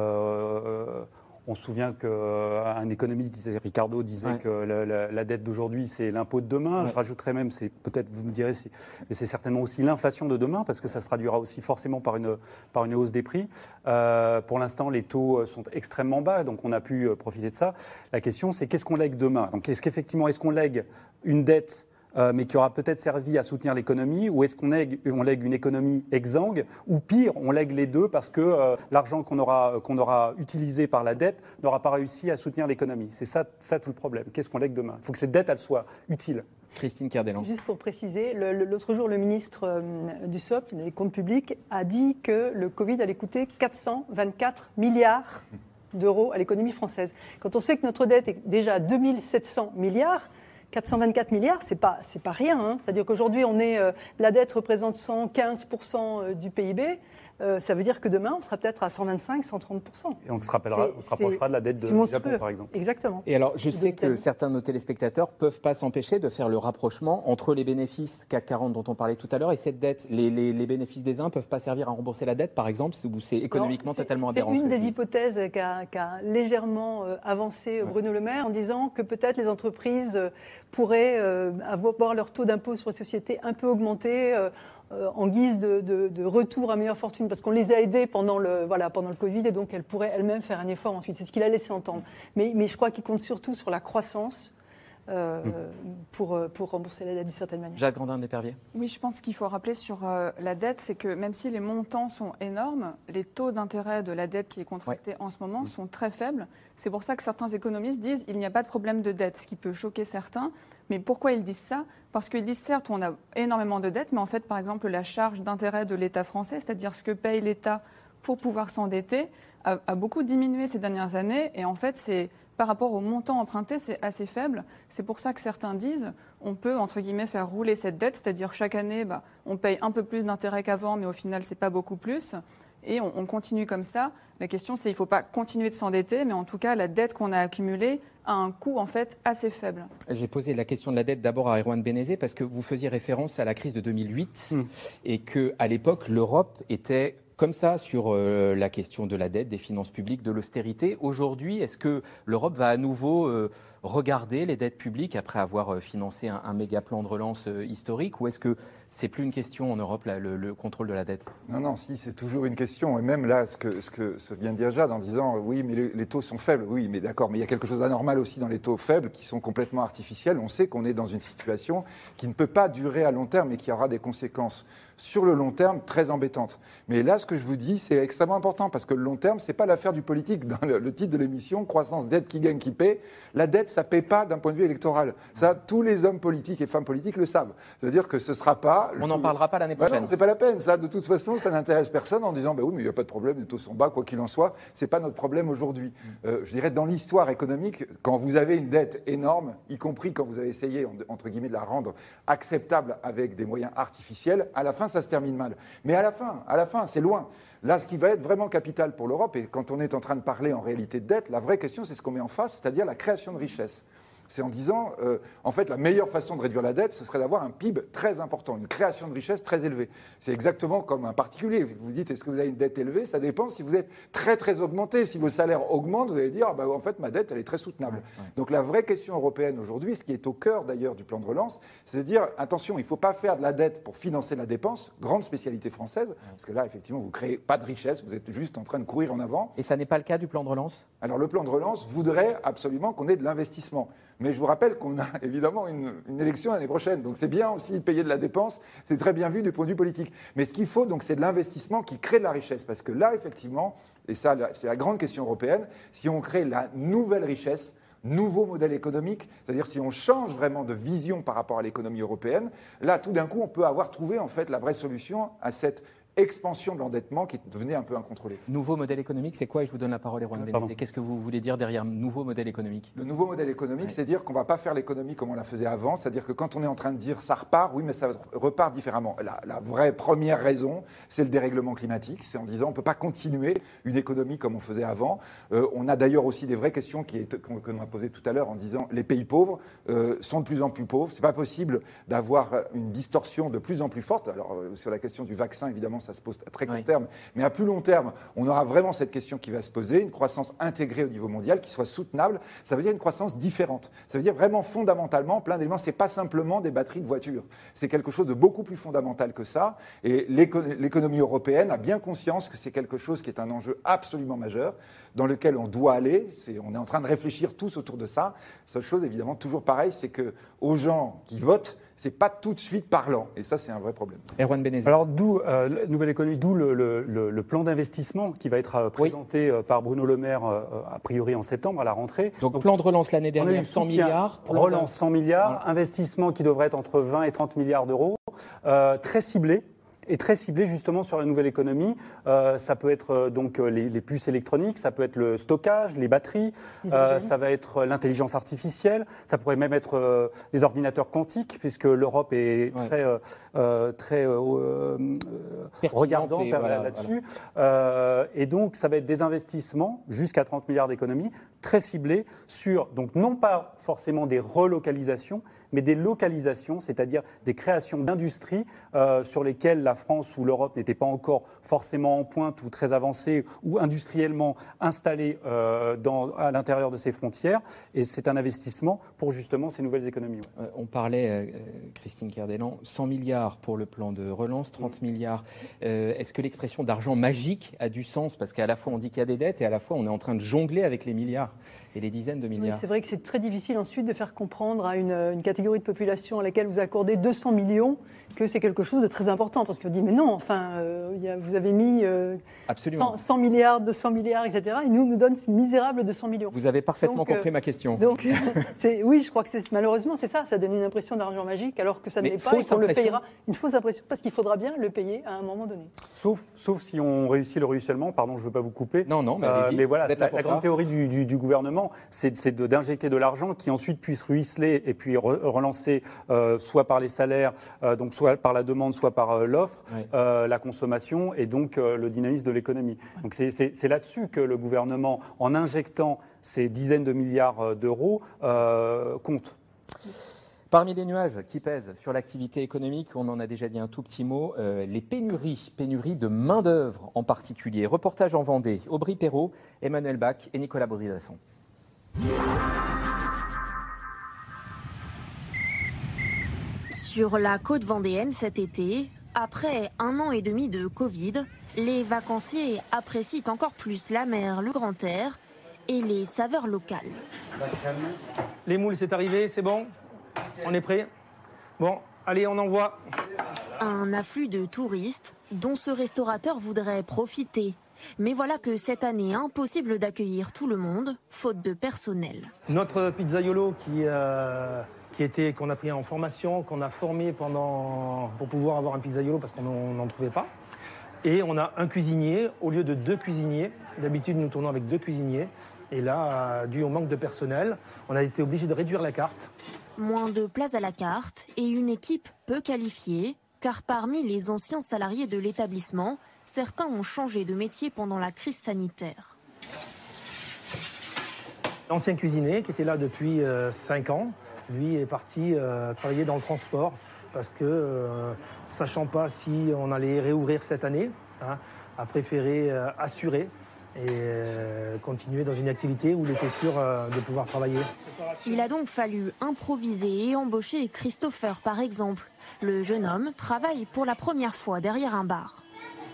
On se souvient qu'un économiste, Ricardo, disait que la dette d'aujourd'hui, c'est l'impôt de demain. Je rajouterais même, c'est peut-être, vous me direz, mais c'est certainement aussi l'inflation de demain, parce que ça se traduira aussi forcément par une hausse des prix. Pour l'instant, les taux sont extrêmement bas, donc on a pu profiter de ça. La question, c'est qu'est-ce qu'on lègue demain ? Donc, est-ce qu'on lègue une dette mais qui aura peut-être servi à soutenir l'économie, ou est-ce qu'on lègue une économie exsangue, ou pire, on lègue les deux parce que l'argent qu'on aura utilisé par la dette n'aura pas réussi à soutenir l'économie. C'est ça tout le problème. Qu'est-ce qu'on lègue demain ? Il faut que cette dette, elle soit utile. Christine Kerdelan. Juste pour préciser, l'autre jour, le ministre du SOP, des comptes publics, a dit que le Covid allait coûter 424 milliards d'euros à l'économie française. Quand on sait que notre dette est déjà à 2700 milliards, 424 milliards, c'est pas rien. Hein. C'est-à-dire qu'aujourd'hui, la dette représente 115% du PIB. Ça veut dire que demain, on sera peut-être à 125, 130%. Et on se rapprochera de la dette du Japon, par exemple. Exactement. Et alors, je sais que certains de nos téléspectateurs ne peuvent pas s'empêcher de faire le rapprochement entre les bénéfices CAC 40 dont on parlait tout à l'heure et cette dette. Les bénéfices des uns ne peuvent pas servir à rembourser la dette, par exemple, ou c'est économiquement totalement aberrant. C'est une des hypothèses qu'a légèrement avancé Bruno Le Maire en disant que peut-être les entreprises pourraient avoir leur taux d'impôt sur les sociétés un peu augmenté en guise de retour à meilleure fortune, parce qu'on les a aidés pendant le Covid, et donc elles pourraient elles-mêmes faire un effort ensuite. C'est ce qu'il a laissé entendre. Mais je crois qu'il compte surtout sur la croissance pour rembourser la dette d'une certaine manière. Jacques Grandin de l'Épervier. Oui, je pense qu'il faut rappeler sur la dette, c'est que même si les montants sont énormes, les taux d'intérêt de la dette qui est contractée en ce moment sont très faibles. C'est pour ça que certains économistes disent qu'il n'y a pas de problème de dette, ce qui peut choquer certains. Mais pourquoi ils disent ça ? Parce qu'ils disent, certes, on a énormément de dettes, mais en fait, par exemple, la charge d'intérêt de l'État français, c'est-à-dire ce que paye l'État pour pouvoir s'endetter, a beaucoup diminué ces dernières années. Et en fait, par rapport au montant emprunté, c'est assez faible. C'est pour ça que certains disent, on peut, entre guillemets, faire rouler cette dette, c'est-à-dire chaque année, on paye un peu plus d'intérêt qu'avant, mais au final, c'est pas beaucoup plus. Et on continue comme ça. La question, c'est qu'il ne faut pas continuer de s'endetter, mais en tout cas, la dette qu'on a accumulée a un coût, en fait, assez faible. J'ai posé la question de la dette d'abord à Erwan Benezet, parce que vous faisiez référence à la crise de 2008, et qu'à l'époque, l'Europe était comme ça sur la question de la dette, des finances publiques, de l'austérité. Aujourd'hui, est-ce que l'Europe va à nouveau regarder les dettes publiques après avoir financé un méga plan de relance historique, ou est-ce que c'est plus une question en Europe, le contrôle de la dette? Non, si, c'est toujours une question. Et même là, ce que vient de dire Jade en disant oui, mais les taux sont faibles. Oui, mais d'accord, mais il y a quelque chose d'anormal aussi dans les taux faibles qui sont complètement artificiels. On sait qu'on est dans une situation qui ne peut pas durer à long terme et qui aura des conséquences sur le long terme très embêtantes. Mais là, ce que je vous dis, c'est extrêmement important parce que le long terme, c'est pas l'affaire du politique. Dans le titre de l'émission, croissance, dette, qui gagne, qui paie. La dette, ça paie pas d'un point de vue électoral. Ça, tous les hommes politiques et femmes politiques le savent. C'est-à-dire que ce sera pas. On n'en parlera pas l'année prochaine. Non, c'est pas la peine. Ça, de toute façon, ça n'intéresse personne en disant, oui, mais il n'y a pas de problème, les taux sont bas, quoi qu'il en soit. C'est pas notre problème aujourd'hui. Je dirais, dans l'histoire économique, quand vous avez une dette énorme, y compris quand vous avez essayé, entre guillemets, de la rendre acceptable avec des moyens artificiels, à la fin, ça se termine mal. Mais à la fin, c'est loin. Là, ce qui va être vraiment capital pour l'Europe, et quand on est en train de parler en réalité de dette, la vraie question, c'est ce qu'on met en face, c'est-à-dire la création de richesse. C'est en disant, en fait, la meilleure façon de réduire la dette, ce serait d'avoir un PIB très important, une création de richesse très élevée. C'est exactement comme un particulier. Vous vous dites, est-ce que vous avez une dette élevée? Ça dépend si vous êtes très, très augmenté. Si vos salaires augmentent, vous allez dire, en fait, ma dette, elle est très soutenable. Ouais. Donc la vraie question européenne aujourd'hui, ce qui est au cœur d'ailleurs du plan de relance, c'est de dire, attention, il ne faut pas faire de la dette pour financer la dépense, grande spécialité française, parce que là, effectivement, vous ne créez pas de richesse, vous êtes juste en train de courir en avant. Et ça n'est pas le cas du plan de relance? Alors le plan de relance voudrait absolument qu'on ait de l'investissement. Mais je vous rappelle qu'on a évidemment une élection l'année prochaine. Donc c'est bien aussi de payer de la dépense, c'est très bien vu du point de vue politique. Mais ce qu'il faut, donc, c'est de l'investissement qui crée de la richesse. Parce que là, effectivement, et ça, c'est la grande question européenne, si on crée la nouvelle richesse, nouveau modèle économique, c'est-à-dire si on change vraiment de vision par rapport à l'économie européenne, là, tout d'un coup, on peut avoir trouvé en fait la vraie solution à cette expansion de l'endettement qui devenait un peu incontrôlée. Nouveau modèle économique, c'est quoi? Et je vous donne la parole, Erwan Bénézet. Qu'est-ce que vous voulez dire derrière nouveau modèle économique? Le nouveau modèle économique, c'est dire qu'on ne va pas faire l'économie comme on la faisait avant, c'est-à-dire que quand on est en train de dire ça repart, oui, mais ça repart différemment. La vraie première raison, c'est le dérèglement climatique. C'est en disant on ne peut pas continuer une économie comme on faisait avant. On a d'ailleurs aussi des vraies questions qu'on a posées tout à l'heure en disant les pays pauvres sont de plus en plus pauvres. Ce n'est pas possible d'avoir une distorsion de plus en plus forte. Alors, sur la question du vaccin, évidemment, ça se pose à très court terme, mais à plus long terme, on aura vraiment cette question qui va se poser, une croissance intégrée au niveau mondial qui soit soutenable. Ça veut dire une croissance différente. Ça veut dire vraiment fondamentalement plein d'éléments. C'est pas simplement des batteries de voitures. C'est quelque chose de beaucoup plus fondamental que ça. Et l'économie européenne a bien conscience que c'est quelque chose qui est un enjeu absolument majeur dans lequel on doit aller. On est en train de réfléchir tous autour de ça. Seule chose, évidemment, toujours pareil, c'est que aux gens qui votent, c'est pas tout de suite parlant. Et ça, c'est un vrai problème. Erwan Bénézet. Alors, d'où la nouvelle économie, d'où le plan d'investissement qui va être présenté par Bruno Le Maire, a priori en septembre, à la rentrée. Donc plan de relance l'année dernière, 100 milliards. Relance 100 milliards, investissement qui devrait être entre 20 et 30 milliards d'euros, très ciblé. Et très ciblé justement sur la nouvelle économie. Ça peut être donc les puces électroniques, ça peut être le stockage, les batteries, ça va être l'intelligence artificielle, ça pourrait même être les ordinateurs quantiques, puisque l'Europe est très regardante là-dessus. Voilà. Et donc ça va être des investissements jusqu'à 30 milliards d'économies, très ciblés sur, donc non pas forcément des relocalisations, mais des localisations, c'est-à-dire des créations d'industries sur lesquelles la France ou l'Europe n'étaient pas encore forcément en pointe ou très avancées ou industriellement installées à l'intérieur de ces frontières. Et c'est un investissement pour justement ces nouvelles économies. Ouais. On parlait, Christine Kerdelan, 100 milliards pour le plan de relance, 30 milliards. Est-ce que l'expression d'argent magique a du sens? Parce qu'à la fois on dit qu'il y a des dettes et à la fois on est en train de jongler avec les milliards et les dizaines de milliards. Oui, c'est vrai que c'est très difficile ensuite de faire comprendre à une catégorie de population à laquelle vous accordez 200 millions que c'est quelque chose de très important. Parce qu'on dit, mais non, enfin, vous avez mis 100 milliards, 200 milliards, etc. Et nous donne ce misérable 200 millions. Vous avez parfaitement compris ma question. Donc, oui, je crois que malheureusement, c'est ça. Ça donne une impression d'argent magique, alors que ça ne l'est pas et qu'on le payera. Une fausse impression, parce qu'il faudra bien le payer à un moment donné. Sauf si on réussit le ruissellement. Pardon, je ne veux pas vous couper. Non, mais voilà, la grande théorie du gouvernement, c'est d'injecter de l'argent qui ensuite puisse ruisseler et puis relancer soit par les salaires, donc soit par la demande, soit par l'offre, la consommation et donc le dynamisme de l'économie. Donc c'est là-dessus que le gouvernement, en injectant ces dizaines de milliards d'euros, compte. Parmi les nuages qui pèsent sur l'activité économique, on en a déjà dit un tout petit mot, les pénuries de main-d'œuvre en particulier. Reportage en Vendée, Aubry Perrault, Emmanuel Bach et Nicolas Baudry-Dasson. Sur la côte vendéenne cet été, après 1 an et demi de Covid, les vacanciers apprécient encore plus la mer, le grand air et les saveurs locales. Les moules, c'est arrivé, c'est bon? On est prêt? Bon, allez, on envoie. Un afflux de touristes dont ce restaurateur voudrait profiter. Mais voilà que cette année, impossible d'accueillir tout le monde, faute de personnel. Notre pizzaiolo qu'on a pris en formation, qu'on a formé pour pouvoir avoir un pizzaiolo parce qu'on n'en trouvait pas. Et on a un cuisinier au lieu de 2 cuisiniers. D'habitude, nous tournons avec 2 cuisiniers. Et là, dû au manque de personnel, on a été obligé de réduire la carte. Moins de place à la carte et une équipe peu qualifiée, car parmi les anciens salariés de l'établissement, certains ont changé de métier pendant la crise sanitaire. L'ancien cuisinier, qui était là depuis 5 ans, lui est parti travailler dans le transport parce que, sachant pas si on allait réouvrir cette année, a préféré assurer et continuer dans une activité où il était sûr de pouvoir travailler. Il a donc fallu improviser et embaucher Christopher, par exemple. Le jeune homme travaille pour la première fois derrière un bar.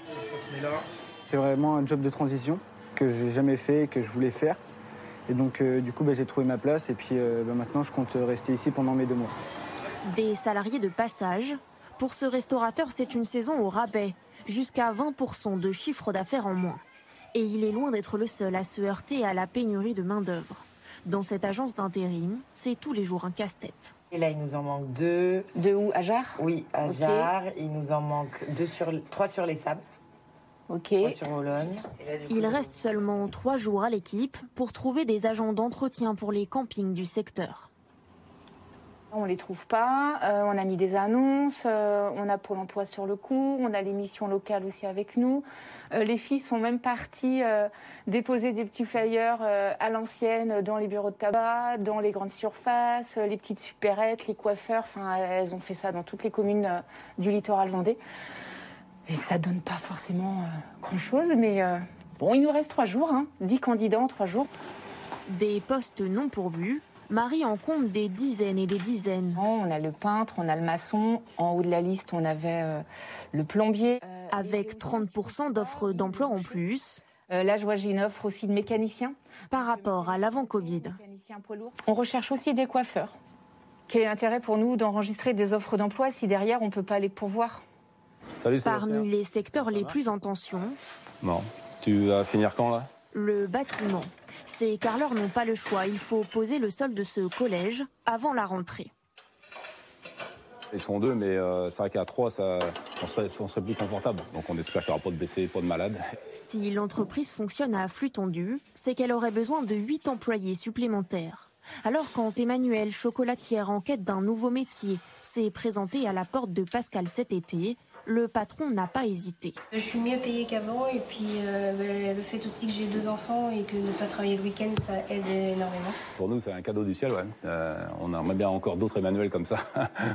C'est vraiment un job de transition que j'ai jamais fait et que je voulais faire. Et donc, du coup, j'ai trouvé ma place et puis maintenant, je compte rester ici pendant mes 2 mois. Des salariés de passage. Pour ce restaurateur, c'est une saison au rabais. Jusqu'à 20% de chiffre d'affaires en moins. Et il est loin d'être le seul à se heurter à la pénurie de main-d'œuvre. Dans cette agence d'intérim, c'est tous les jours un casse-tête. Et là, il nous en manque 2. 2 où? À Jars? Oui, à Jars. Il nous en manque 3 sur les Sables. Ok. 3 sur Bologne. Il reste seulement 3 jours à l'équipe pour trouver des agents d'entretien pour les campings du secteur. On ne les trouve pas, on a mis des annonces, on a Pôle emploi sur le coup, on a les missions locales aussi avec nous. Les filles sont même parties déposer des petits flyers à l'ancienne dans les bureaux de tabac, dans les grandes surfaces, les petites supérettes, les coiffeurs. Enfin, elles ont fait ça dans toutes les communes du littoral vendée. Et ça donne pas forcément grand-chose, mais bon, il nous reste 3 jours, 10 candidats en 3 jours. Des postes non pourvus. Marie en compte des dizaines et des dizaines. On a le peintre, on a le maçon. En haut de la liste, on avait le plombier. Avec 30% d'offres d'emploi en plus. Là, je vois, j'ai une offre aussi de mécanicien. Par rapport à l'avant-Covid. On recherche aussi des coiffeurs. Quel est l'intérêt pour nous d'enregistrer des offres d'emploi si derrière, on ne peut pas les pourvoir? Salut, parmi les secteurs les plus en tension. Non. Tu vas finir quand, là? Le bâtiment. Ces carleurs n'ont pas le choix. Il faut poser le sol de ce collège avant la rentrée. Ils sont 2, mais c'est vrai qu'à 3, on serait plus confortable. Donc on espère qu'il n'y aura pas de blessés, pas de malades. Si l'entreprise fonctionne à flux tendu, c'est qu'elle aurait besoin de 8 employés supplémentaires. Alors quand Emmanuelle, chocolatière en quête d'un nouveau métier, s'est présentée à la porte de Pascal cet été, le patron n'a pas hésité. Je suis mieux payée qu'avant et puis le fait aussi que j'ai 2 enfants et que ne pas travailler le week-end, ça aide énormément. Pour nous, c'est un cadeau du ciel, ouais. On aimerait bien encore d'autres Emmanuel comme ça.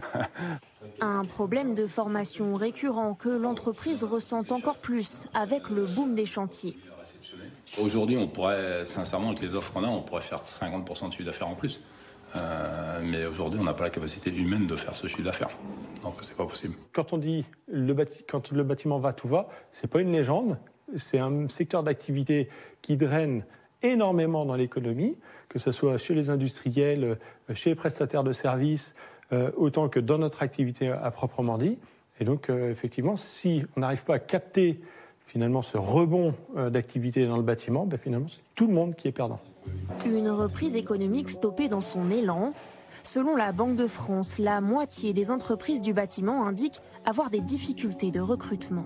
Un problème de formation récurrent que l'entreprise ressent encore plus avec le boom des chantiers. Aujourd'hui, on pourrait, sincèrement, avec les offres qu'on a, on pourrait faire 50% de chiffre d'affaires en plus. Mais aujourd'hui, on n'a pas la capacité humaine de faire ce chiffre d'affaires. Donc, c'est pas possible. Quand on dit quand le bâtiment va, tout va, c'est pas une légende. C'est un secteur d'activité qui draine énormément dans l'économie, que ce soit chez les industriels, chez les prestataires de services, autant que dans notre activité à proprement dit. Et donc, effectivement, si on n'arrive pas à capter finalement ce rebond d'activité dans le bâtiment, finalement, c'est tout le monde qui est perdant. Une reprise économique stoppée dans son élan. Selon la Banque de France, la moitié des entreprises du bâtiment indiquent avoir des difficultés de recrutement.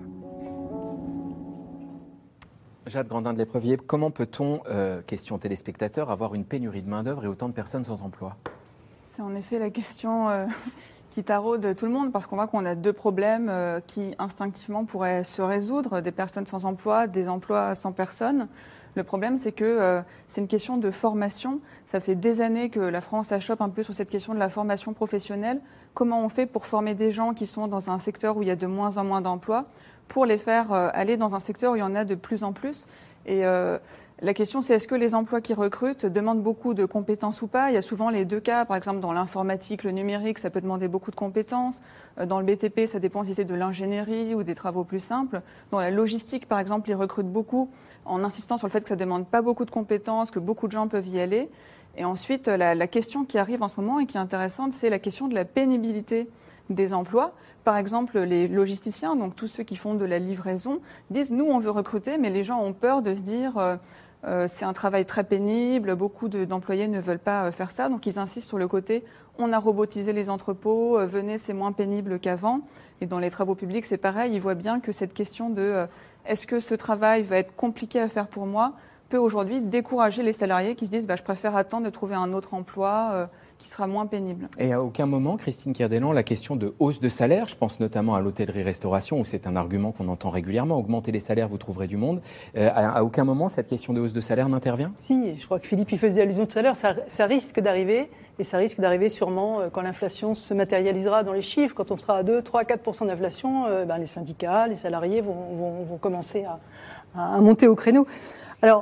Jade Grandin de l'Épreuvier, comment peut-on, question téléspectateur, avoir une pénurie de main-d'œuvre et autant de personnes sans emploi? C'est en effet la question qui taraude tout le monde, parce qu'on voit qu'on a 2 problèmes qui instinctivement pourraient se résoudre, des personnes sans emploi, des emplois sans personne. Le problème, c'est que c'est une question de formation. Ça fait des années que la France achoppe un peu sur cette question de la formation professionnelle. Comment on fait pour former des gens qui sont dans un secteur où il y a de moins en moins d'emplois, pour les faire aller dans un secteur où il y en a de plus en plus? Et La question, c'est est-ce que les emplois qui recrutent demandent beaucoup de compétences ou pas? Il y a souvent les deux cas. Par exemple, dans l'informatique, le numérique, ça peut demander beaucoup de compétences. Dans le BTP, ça dépend si c'est de l'ingénierie ou des travaux plus simples. Dans la logistique, par exemple, ils recrutent beaucoup en insistant sur le fait que ça ne demande pas beaucoup de compétences, que beaucoup de gens peuvent y aller. Et ensuite, la question qui arrive en ce moment et qui est intéressante, c'est la question de la pénibilité des emplois. Par exemple, les logisticiens, donc tous ceux qui font de la livraison, disent « nous, on veut recruter », mais les gens ont peur de se dire c'est un travail très pénible, beaucoup d'employés ne veulent pas faire ça ». Donc ils insistent sur le côté « on a robotisé les entrepôts, venez, c'est moins pénible qu'avant ». Et dans les travaux publics, c'est pareil, ils voient bien que cette question de est-ce que ce travail va être compliqué à faire pour moi peut aujourd'hui décourager les salariés qui se disent je préfère attendre de trouver un autre emploi qui sera moins pénible. Et à aucun moment, Christine Kirdelan, la question de hausse de salaire, je pense notamment à l'hôtellerie-restauration, où c'est un argument qu'on entend régulièrement, augmenter les salaires, vous trouverez du monde. À aucun moment, cette question de hausse de salaire n'intervient ? Si, je crois que Philippe y faisait allusion tout à l'heure, ça risque d'arriver, et ça risque d'arriver sûrement quand l'inflation se matérialisera dans les chiffres, quand on sera à 2, 3, 4% d'inflation, les syndicats, les salariés vont commencer à monter au créneau. Alors,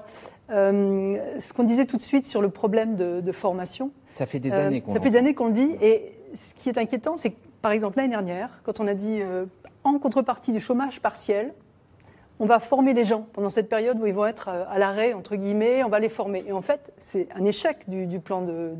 ce qu'on disait tout de suite sur le problème de formation, ça fait des années qu'on le dit, et ce qui est inquiétant, c'est que, par exemple, l'année dernière, quand on a dit, en contrepartie du chômage partiel, on va former les gens pendant cette période où ils vont être à l'arrêt, entre guillemets, on va les former. Et en fait, c'est un échec du plan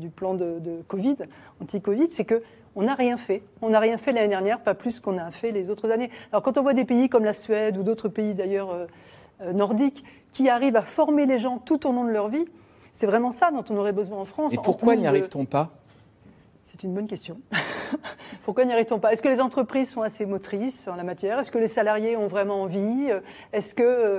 de Covid, anti-Covid, c'est qu'on n'a rien fait. On n'a rien fait l'année dernière, pas plus qu'on a fait les autres années. Alors quand on voit des pays comme la Suède ou d'autres pays d'ailleurs nordiques qui arrivent à former les gens tout au long de leur vie, c'est vraiment ça dont on aurait besoin en France. Et pourquoi n'y arrive-t-on pas ? C'est une bonne question. Pourquoi n'y arrive-t-on pas ? Est-ce que les entreprises sont assez motrices en la matière ? Est-ce que les salariés ont vraiment envie ? Est-ce que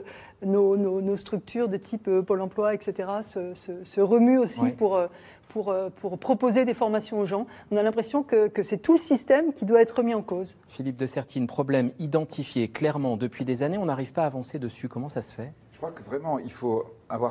nos structures de type Pôle emploi, etc., se remuent aussi pour proposer des formations aux gens ? On a l'impression que c'est tout le système qui doit être remis en cause. Philippe de Sertine, problème identifié clairement depuis des années, on n'arrive pas à avancer dessus. Comment ça se fait ? Je crois que vraiment, il faut avoir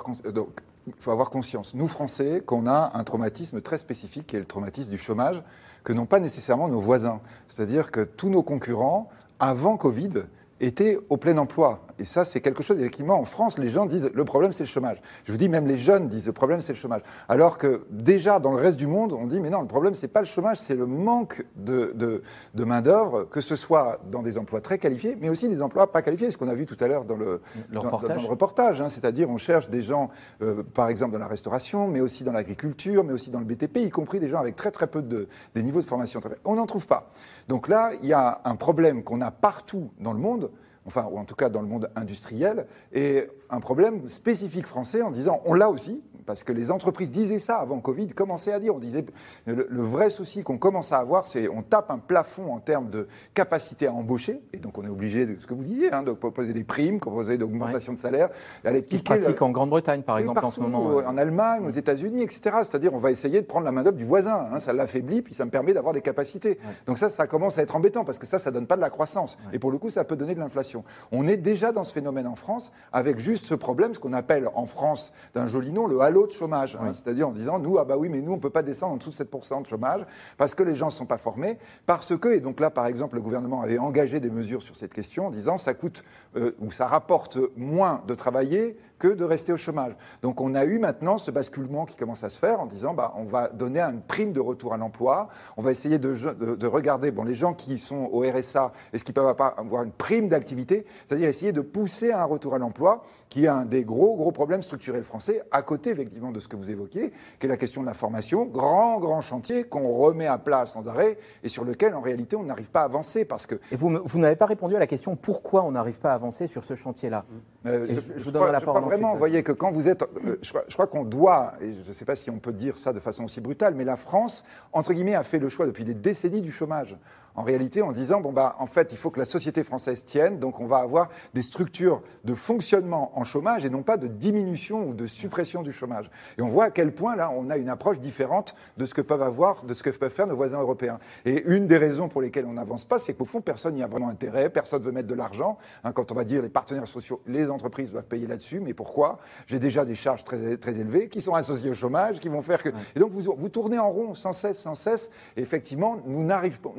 conscience, nous Français, qu'on a un traumatisme très spécifique qui est le traumatisme du chômage, que n'ont pas nécessairement nos voisins. C'est-à-dire que tous nos concurrents, avant Covid, étaient au plein emploi. Et ça, c'est quelque chose, effectivement, en France, les gens disent, le problème, c'est le chômage. Je vous dis, même les jeunes disent, le problème, c'est le chômage. Alors que, déjà, dans le reste du monde, on dit, mais non, le problème, c'est pas le chômage, c'est le manque de main-d'œuvre, que ce soit dans des emplois très qualifiés, mais aussi des emplois pas qualifiés, ce qu'on a vu tout à l'heure dans le reportage. C'est-à-dire, on cherche des gens, par exemple, dans la restauration, mais aussi dans l'agriculture, mais aussi dans le BTP, y compris des gens avec très, très peu des niveaux de formation. On n'en trouve pas. Donc là, il y a un problème qu'on a partout dans le monde, enfin, ou en tout cas dans le monde industriel, et un problème spécifique français en disant, on l'a aussi, parce que les entreprises disaient ça avant Covid, commençaient à dire, on disait, le vrai souci qu'on commence à avoir, c'est on tape un plafond en termes de capacité à embaucher, et donc on est obligé, de ce que vous disiez, de proposer des primes, proposer d'augmentation de salaire. Ce qui se pratique en Grande-Bretagne, par exemple, partout, en ce moment. En Allemagne, aux États-Unis, etc. C'est-à-dire, on va essayer de prendre la main-d'œuvre du voisin. Ça l'affaiblit, puis ça me permet d'avoir des capacités. Donc ça commence à être embêtant, parce que ça donne pas de la croissance. Et pour le coup, ça peut donner de l'inflation. On est déjà dans ce phénomène en France, avec juste ce problème, ce qu'on appelle en France, d'un joli nom, le halo de chômage. C'est-à-dire en disant, nous, mais nous, on ne peut pas descendre en dessous de 7% de chômage, parce que les gens ne sont pas formés, parce que, et donc là, par exemple, le gouvernement avait engagé des mesures sur cette question, en disant, ça coûte, ou ça rapporte moins de travailler que de rester au chômage. Donc on a eu maintenant ce basculement qui commence à se faire en disant on va donner une prime de retour à l'emploi, on va essayer de regarder les gens qui sont au RSA, est-ce qu'ils peuvent pas avoir une prime d'activité, c'est-à-dire essayer de pousser à un retour à l'emploi qui est un des gros problèmes structurels français, à côté effectivement de ce que vous évoquiez, qui est la question de la formation, grand chantier qu'on remet à plat sans arrêt et sur lequel en réalité on n'arrive pas à avancer parce que... Et vous n'avez pas répondu à la question pourquoi on n'arrive pas à avancer sur ce chantier-là. Je vous donne la parole. Vraiment, vous voyez que quand vous êtes... je crois qu'on doit, et je ne sais pas si on peut dire ça de façon aussi brutale, mais la France, entre guillemets, a fait le choix depuis des décennies du chômage. En réalité, en disant, en fait, il faut que la société française tienne, donc on va avoir des structures de fonctionnement en chômage et non pas de diminution ou de suppression du chômage. Et on voit à quel point, là, on a une approche différente de ce que peuvent faire nos voisins européens. Et une des raisons pour lesquelles on n'avance pas, c'est qu'au fond, personne n'y a vraiment intérêt, personne ne veut mettre de l'argent. Quand on va dire les partenaires sociaux, les entreprises doivent payer là-dessus, mais pourquoi ? J'ai déjà des charges très, très élevées qui sont associées au chômage, qui vont faire que... Et donc, vous tournez en rond sans cesse, et effectivement, nous n'arrivons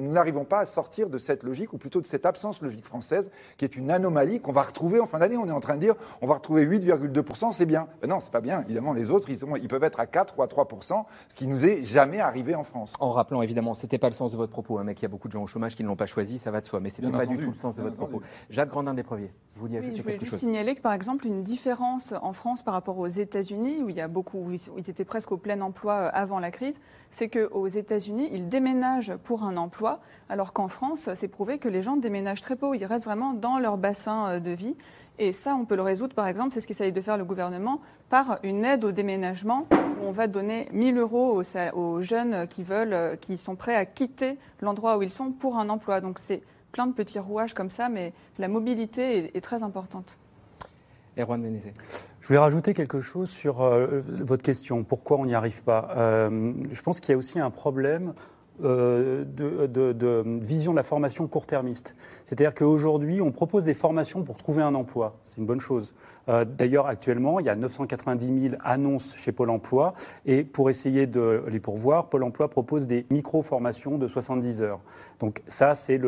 pas à sortir de cette logique, ou plutôt de cette absence logique française, qui est une anomalie qu'on va retrouver en fin d'année. On est en train de dire, on va retrouver 8,2%, c'est bien. Ben non, c'est pas bien. Évidemment, les autres, ils peuvent être à 4 ou à 3%, ce qui nous est jamais arrivé en France. En rappelant, évidemment, c'était pas le sens de votre propos, mais qu'il y a beaucoup de gens au chômage qui ne l'ont pas choisi, ça va de soi. Mais c'était pas du tout le sens de votre propos. Jacques Grandin-Despreviers, vous vouliez ajouter quelque chose? Je voulais juste signaler que, par exemple, une différence en France par rapport aux États-Unis, où ils étaient presque au plein emploi avant la crise, c'est qu'aux États-Unis, ils déménagent pour un emploi, alors qu'en France, c'est prouvé que les gens déménagent très peu. Ils restent vraiment dans leur bassin de vie. Et ça, on peut le résoudre, par exemple, c'est ce qu'essaye de faire le gouvernement, par une aide au déménagement, où on va donner 1 000 € aux jeunes qui sont prêts à quitter l'endroit où ils sont pour un emploi. Donc c'est plein de petits rouages comme ça, mais la mobilité est très importante. Erwan Menezes. Je voulais rajouter quelque chose sur votre question. Pourquoi on n'y arrive pas? Je pense qu'il y a aussi un problème de vision de la formation court-termiste. C'est-à-dire qu'aujourd'hui, on propose des formations pour trouver un emploi. C'est une bonne chose. D'ailleurs, actuellement, il y a 990 000 annonces chez Pôle emploi. Et pour essayer de les pourvoir, Pôle emploi propose des micro-formations de 70 heures. Donc ça, c'est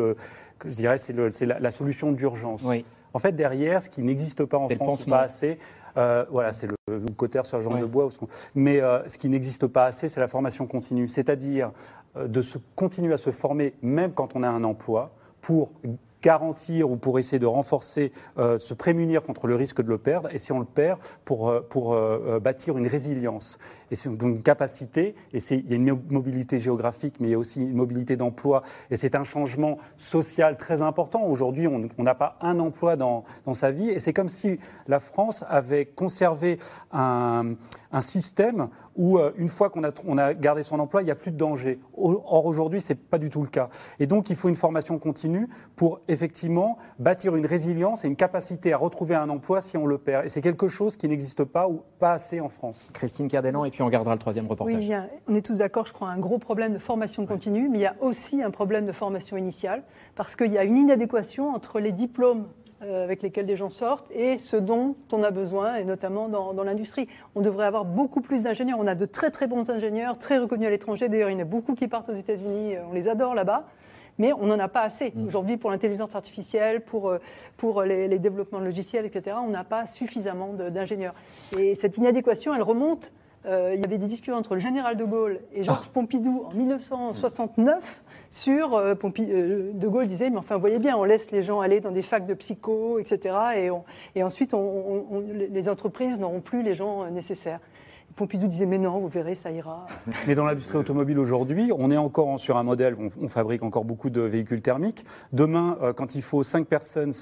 la solution d'urgence. Oui. En fait, derrière, ce qui n'existe pas en France, pas assez, c'est le cotère sur la jambe de bois. Mais ce qui n'existe pas assez, c'est la formation continue. C'est-à-dire de continuer à se former, même quand on a un emploi, pour garantir ou pour essayer de renforcer, se prémunir contre le risque de le perdre, et si on le perd, pour bâtir une résilience. Et c'est donc une capacité, et il y a une mobilité géographique, mais il y a aussi une mobilité d'emploi, et c'est un changement social très important. Aujourd'hui, on n'a pas un emploi dans sa vie, et c'est comme si la France avait conservé un système où, une fois qu'on a gardé son emploi, il n'y a plus de danger. Or, aujourd'hui, ce n'est pas du tout le cas. Et donc, il faut une formation continue pour effectivement bâtir une résilience et une capacité à retrouver un emploi si on le perd. Et c'est quelque chose qui n'existe pas ou pas assez en France. Christine Cardellan, et puis on gardera le troisième reportage. Oui, on est tous d'accord, je crois, un gros problème de formation continue, mais il y a aussi un problème de formation initiale, parce qu'il y a une inadéquation entre les diplômes avec lesquels les gens sortent et ce dont on a besoin, et notamment dans l'industrie. On devrait avoir beaucoup plus d'ingénieurs. On a de très très bons ingénieurs, très reconnus à l'étranger. D'ailleurs, il y en a beaucoup qui partent aux États-Unis, on les adore là-bas. Mais on n'en a pas assez. Aujourd'hui, pour l'intelligence artificielle, pour les développements logiciels, etc., on n'a pas suffisamment d'ingénieurs. Et cette inadéquation, elle remonte. Il y avait des discussions entre le général de Gaulle et Georges Pompidou en 1969 sur De Gaulle disait, mais enfin, vous voyez bien, on laisse les gens aller dans des facs de psycho, etc. Et ensuite, les entreprises n'auront plus les gens nécessaires. Pompidou disait, mais non, vous verrez, ça ira. Mais dans l'industrie automobile aujourd'hui, on est encore sur un modèle, on fabrique encore beaucoup de véhicules thermiques. Demain, quand il faut 5 personnes,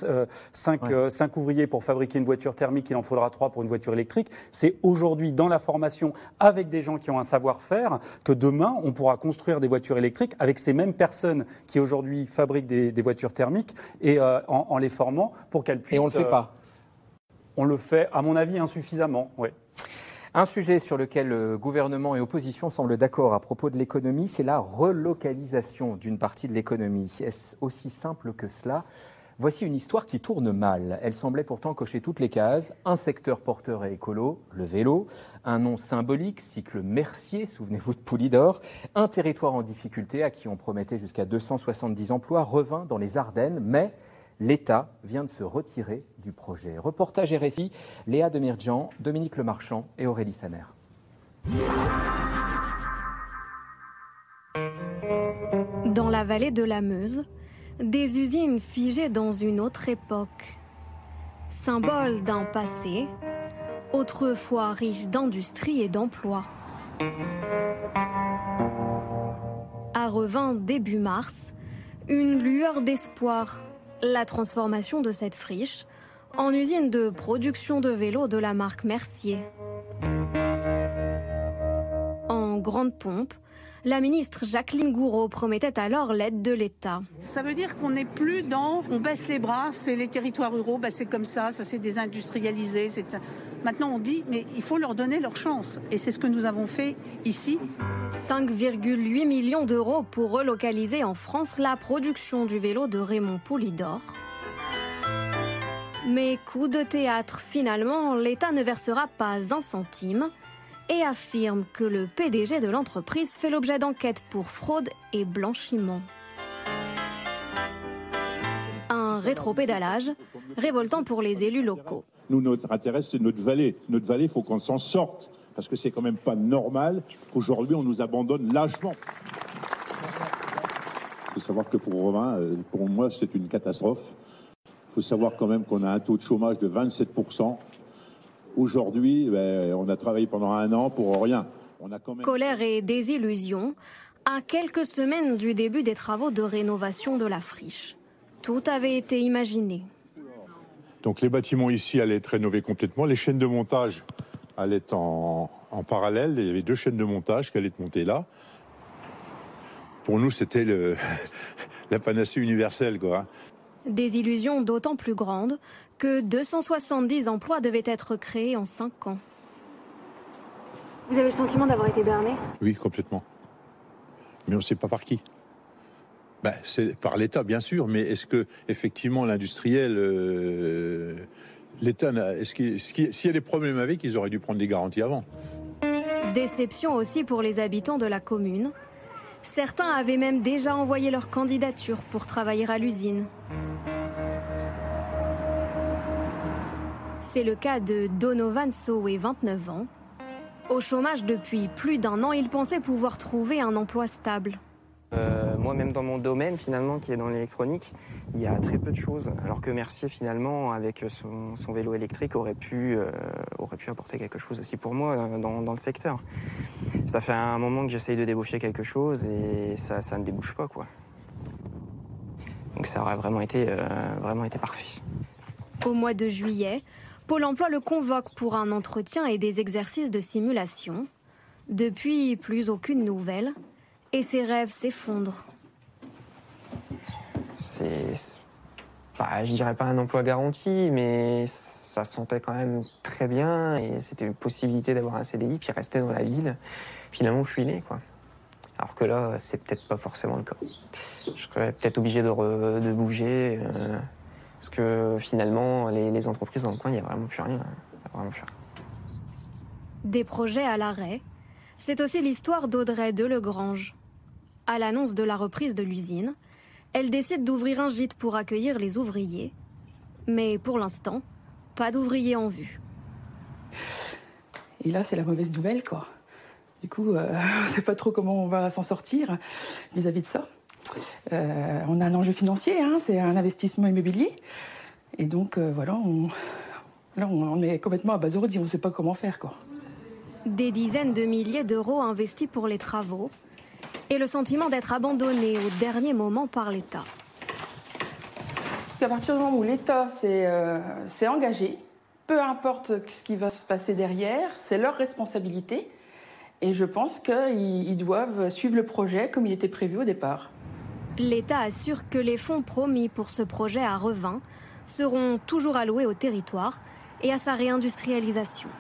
5 ouvriers pour fabriquer une voiture thermique, il en faudra 3 pour une voiture électrique. C'est aujourd'hui dans la formation, avec des gens qui ont un savoir-faire, que demain, on pourra construire des voitures électriques avec ces mêmes personnes qui aujourd'hui fabriquent des voitures thermiques et en les formant pour qu'elles puissent... Et on ne le fait pas. On le fait, à mon avis, insuffisamment, oui. Un sujet sur lequel gouvernement et opposition semblent d'accord à propos de l'économie, c'est la relocalisation d'une partie de l'économie. Est-ce aussi simple que cela ? Voici une histoire qui tourne mal. Elle semblait pourtant cocher toutes les cases. Un secteur porteur et écolo, le vélo. Un nom symbolique, cycle Mercier, souvenez-vous de Poulidor. Un territoire en difficulté à qui on promettait jusqu'à 270 emplois revint dans les Ardennes, mais... l'État vient de se retirer du projet. Reportage et récit, Léa Demirjian, Dominique Lemarchand et Aurélie Saner. Dans la vallée de la Meuse, des usines figées dans une autre époque. Symbole d'un passé, autrefois riche d'industrie et d'emplois. À Revin, début mars, une lueur d'espoir. La transformation de cette friche en usine de production de vélos de la marque Mercier. En grande pompe, la ministre Jacqueline Gourault promettait alors l'aide de l'État. Ça veut dire qu'on n'est plus dans on baisse les bras, c'est les territoires ruraux, c'est comme ça c'est désindustrialisé. Maintenant on dit mais il faut leur donner leur chance et c'est ce que nous avons fait ici. 5,8 millions d'euros pour relocaliser en France la production du vélo de Raymond Poulidor. Mais coup de théâtre, finalement, l'État ne versera pas un centime et affirme que le PDG de l'entreprise fait l'objet d'enquêtes pour fraude et blanchiment. rétropédalage, révoltant pour les élus locaux. Nous, notre intérêt, c'est notre vallée. Notre vallée, il faut qu'on s'en sorte, parce que c'est quand même pas normal qu'aujourd'hui, on nous abandonne lâchement. Il faut savoir que pour Revin, pour moi, c'est une catastrophe. Il faut savoir quand même qu'on a un taux de chômage de 27%. Aujourd'hui, on a travaillé pendant 1 an pour rien. On a quand même... Colère et désillusion, à quelques semaines du début des travaux de rénovation de la friche. Tout avait été imaginé. Donc les bâtiments ici allaient être rénovés complètement. Les chaînes de montage allaient être en parallèle. Il y avait 2 chaînes de montage qui allaient être montées là. Pour nous, c'était la panacée universelle, quoi. Des illusions d'autant plus grandes que 270 emplois devaient être créés en 5 ans. Vous avez le sentiment d'avoir été berné ? Oui, complètement. Mais on ne sait pas par qui. C'est par l'État, bien sûr, mais est-ce que effectivement l'industriel, l'État, s'il y a des problèmes avec, ils auraient dû prendre des garanties avant. Déception aussi pour les habitants de la commune. Certains avaient même déjà envoyé leur candidature pour travailler à l'usine. C'est le cas de Donovan Sowe, 29 ans. Au chômage depuis plus d'1 an, il pensait pouvoir trouver un emploi stable. Moi, même dans mon domaine, finalement, qui est dans l'électronique, il y a très peu de choses. Alors que Mercier, finalement, avec son vélo électrique, aurait pu apporter quelque chose aussi pour moi dans le secteur. Ça fait un moment que j'essaye de débaucher quelque chose et ça ne débouche pas, quoi. Donc ça aurait vraiment été parfait. Au mois de juillet, Pôle emploi le convoque pour un entretien et des exercices de simulation. Depuis, plus aucune nouvelle. Et ses rêves s'effondrent. Je dirais pas un emploi garanti, mais ça sentait quand même très bien et c'était une possibilité d'avoir un CDI puis rester dans la ville. Finalement, je suis né, quoi. Alors que là, c'est peut-être pas forcément le cas. Je serais peut-être obligé de bouger parce que finalement, les entreprises dans le coin, il n'y a vraiment plus rien. Des projets à l'arrêt. C'est aussi l'histoire d'Audrey Delegrange. À l'annonce de la reprise de l'usine, elle décide d'ouvrir un gîte pour accueillir les ouvriers. Mais pour l'instant, pas d'ouvriers en vue. Et là, c'est la mauvaise nouvelle, quoi. Du coup, on ne sait pas trop comment on va s'en sortir vis-à-vis de ça. On a un enjeu financier, c'est un investissement immobilier. Et donc, voilà, on est complètement abasourdi, on ne sait pas comment faire, quoi. Des dizaines de milliers d'euros investis pour les travaux et le sentiment d'être abandonné au dernier moment par l'État. À partir du moment où l'État s'est engagé, peu importe ce qui va se passer derrière, c'est leur responsabilité. Et je pense qu'ils doivent suivre le projet comme il était prévu au départ. L'État assure que les fonds promis pour ce projet à Revin seront toujours alloués au territoire et à sa réindustrialisation.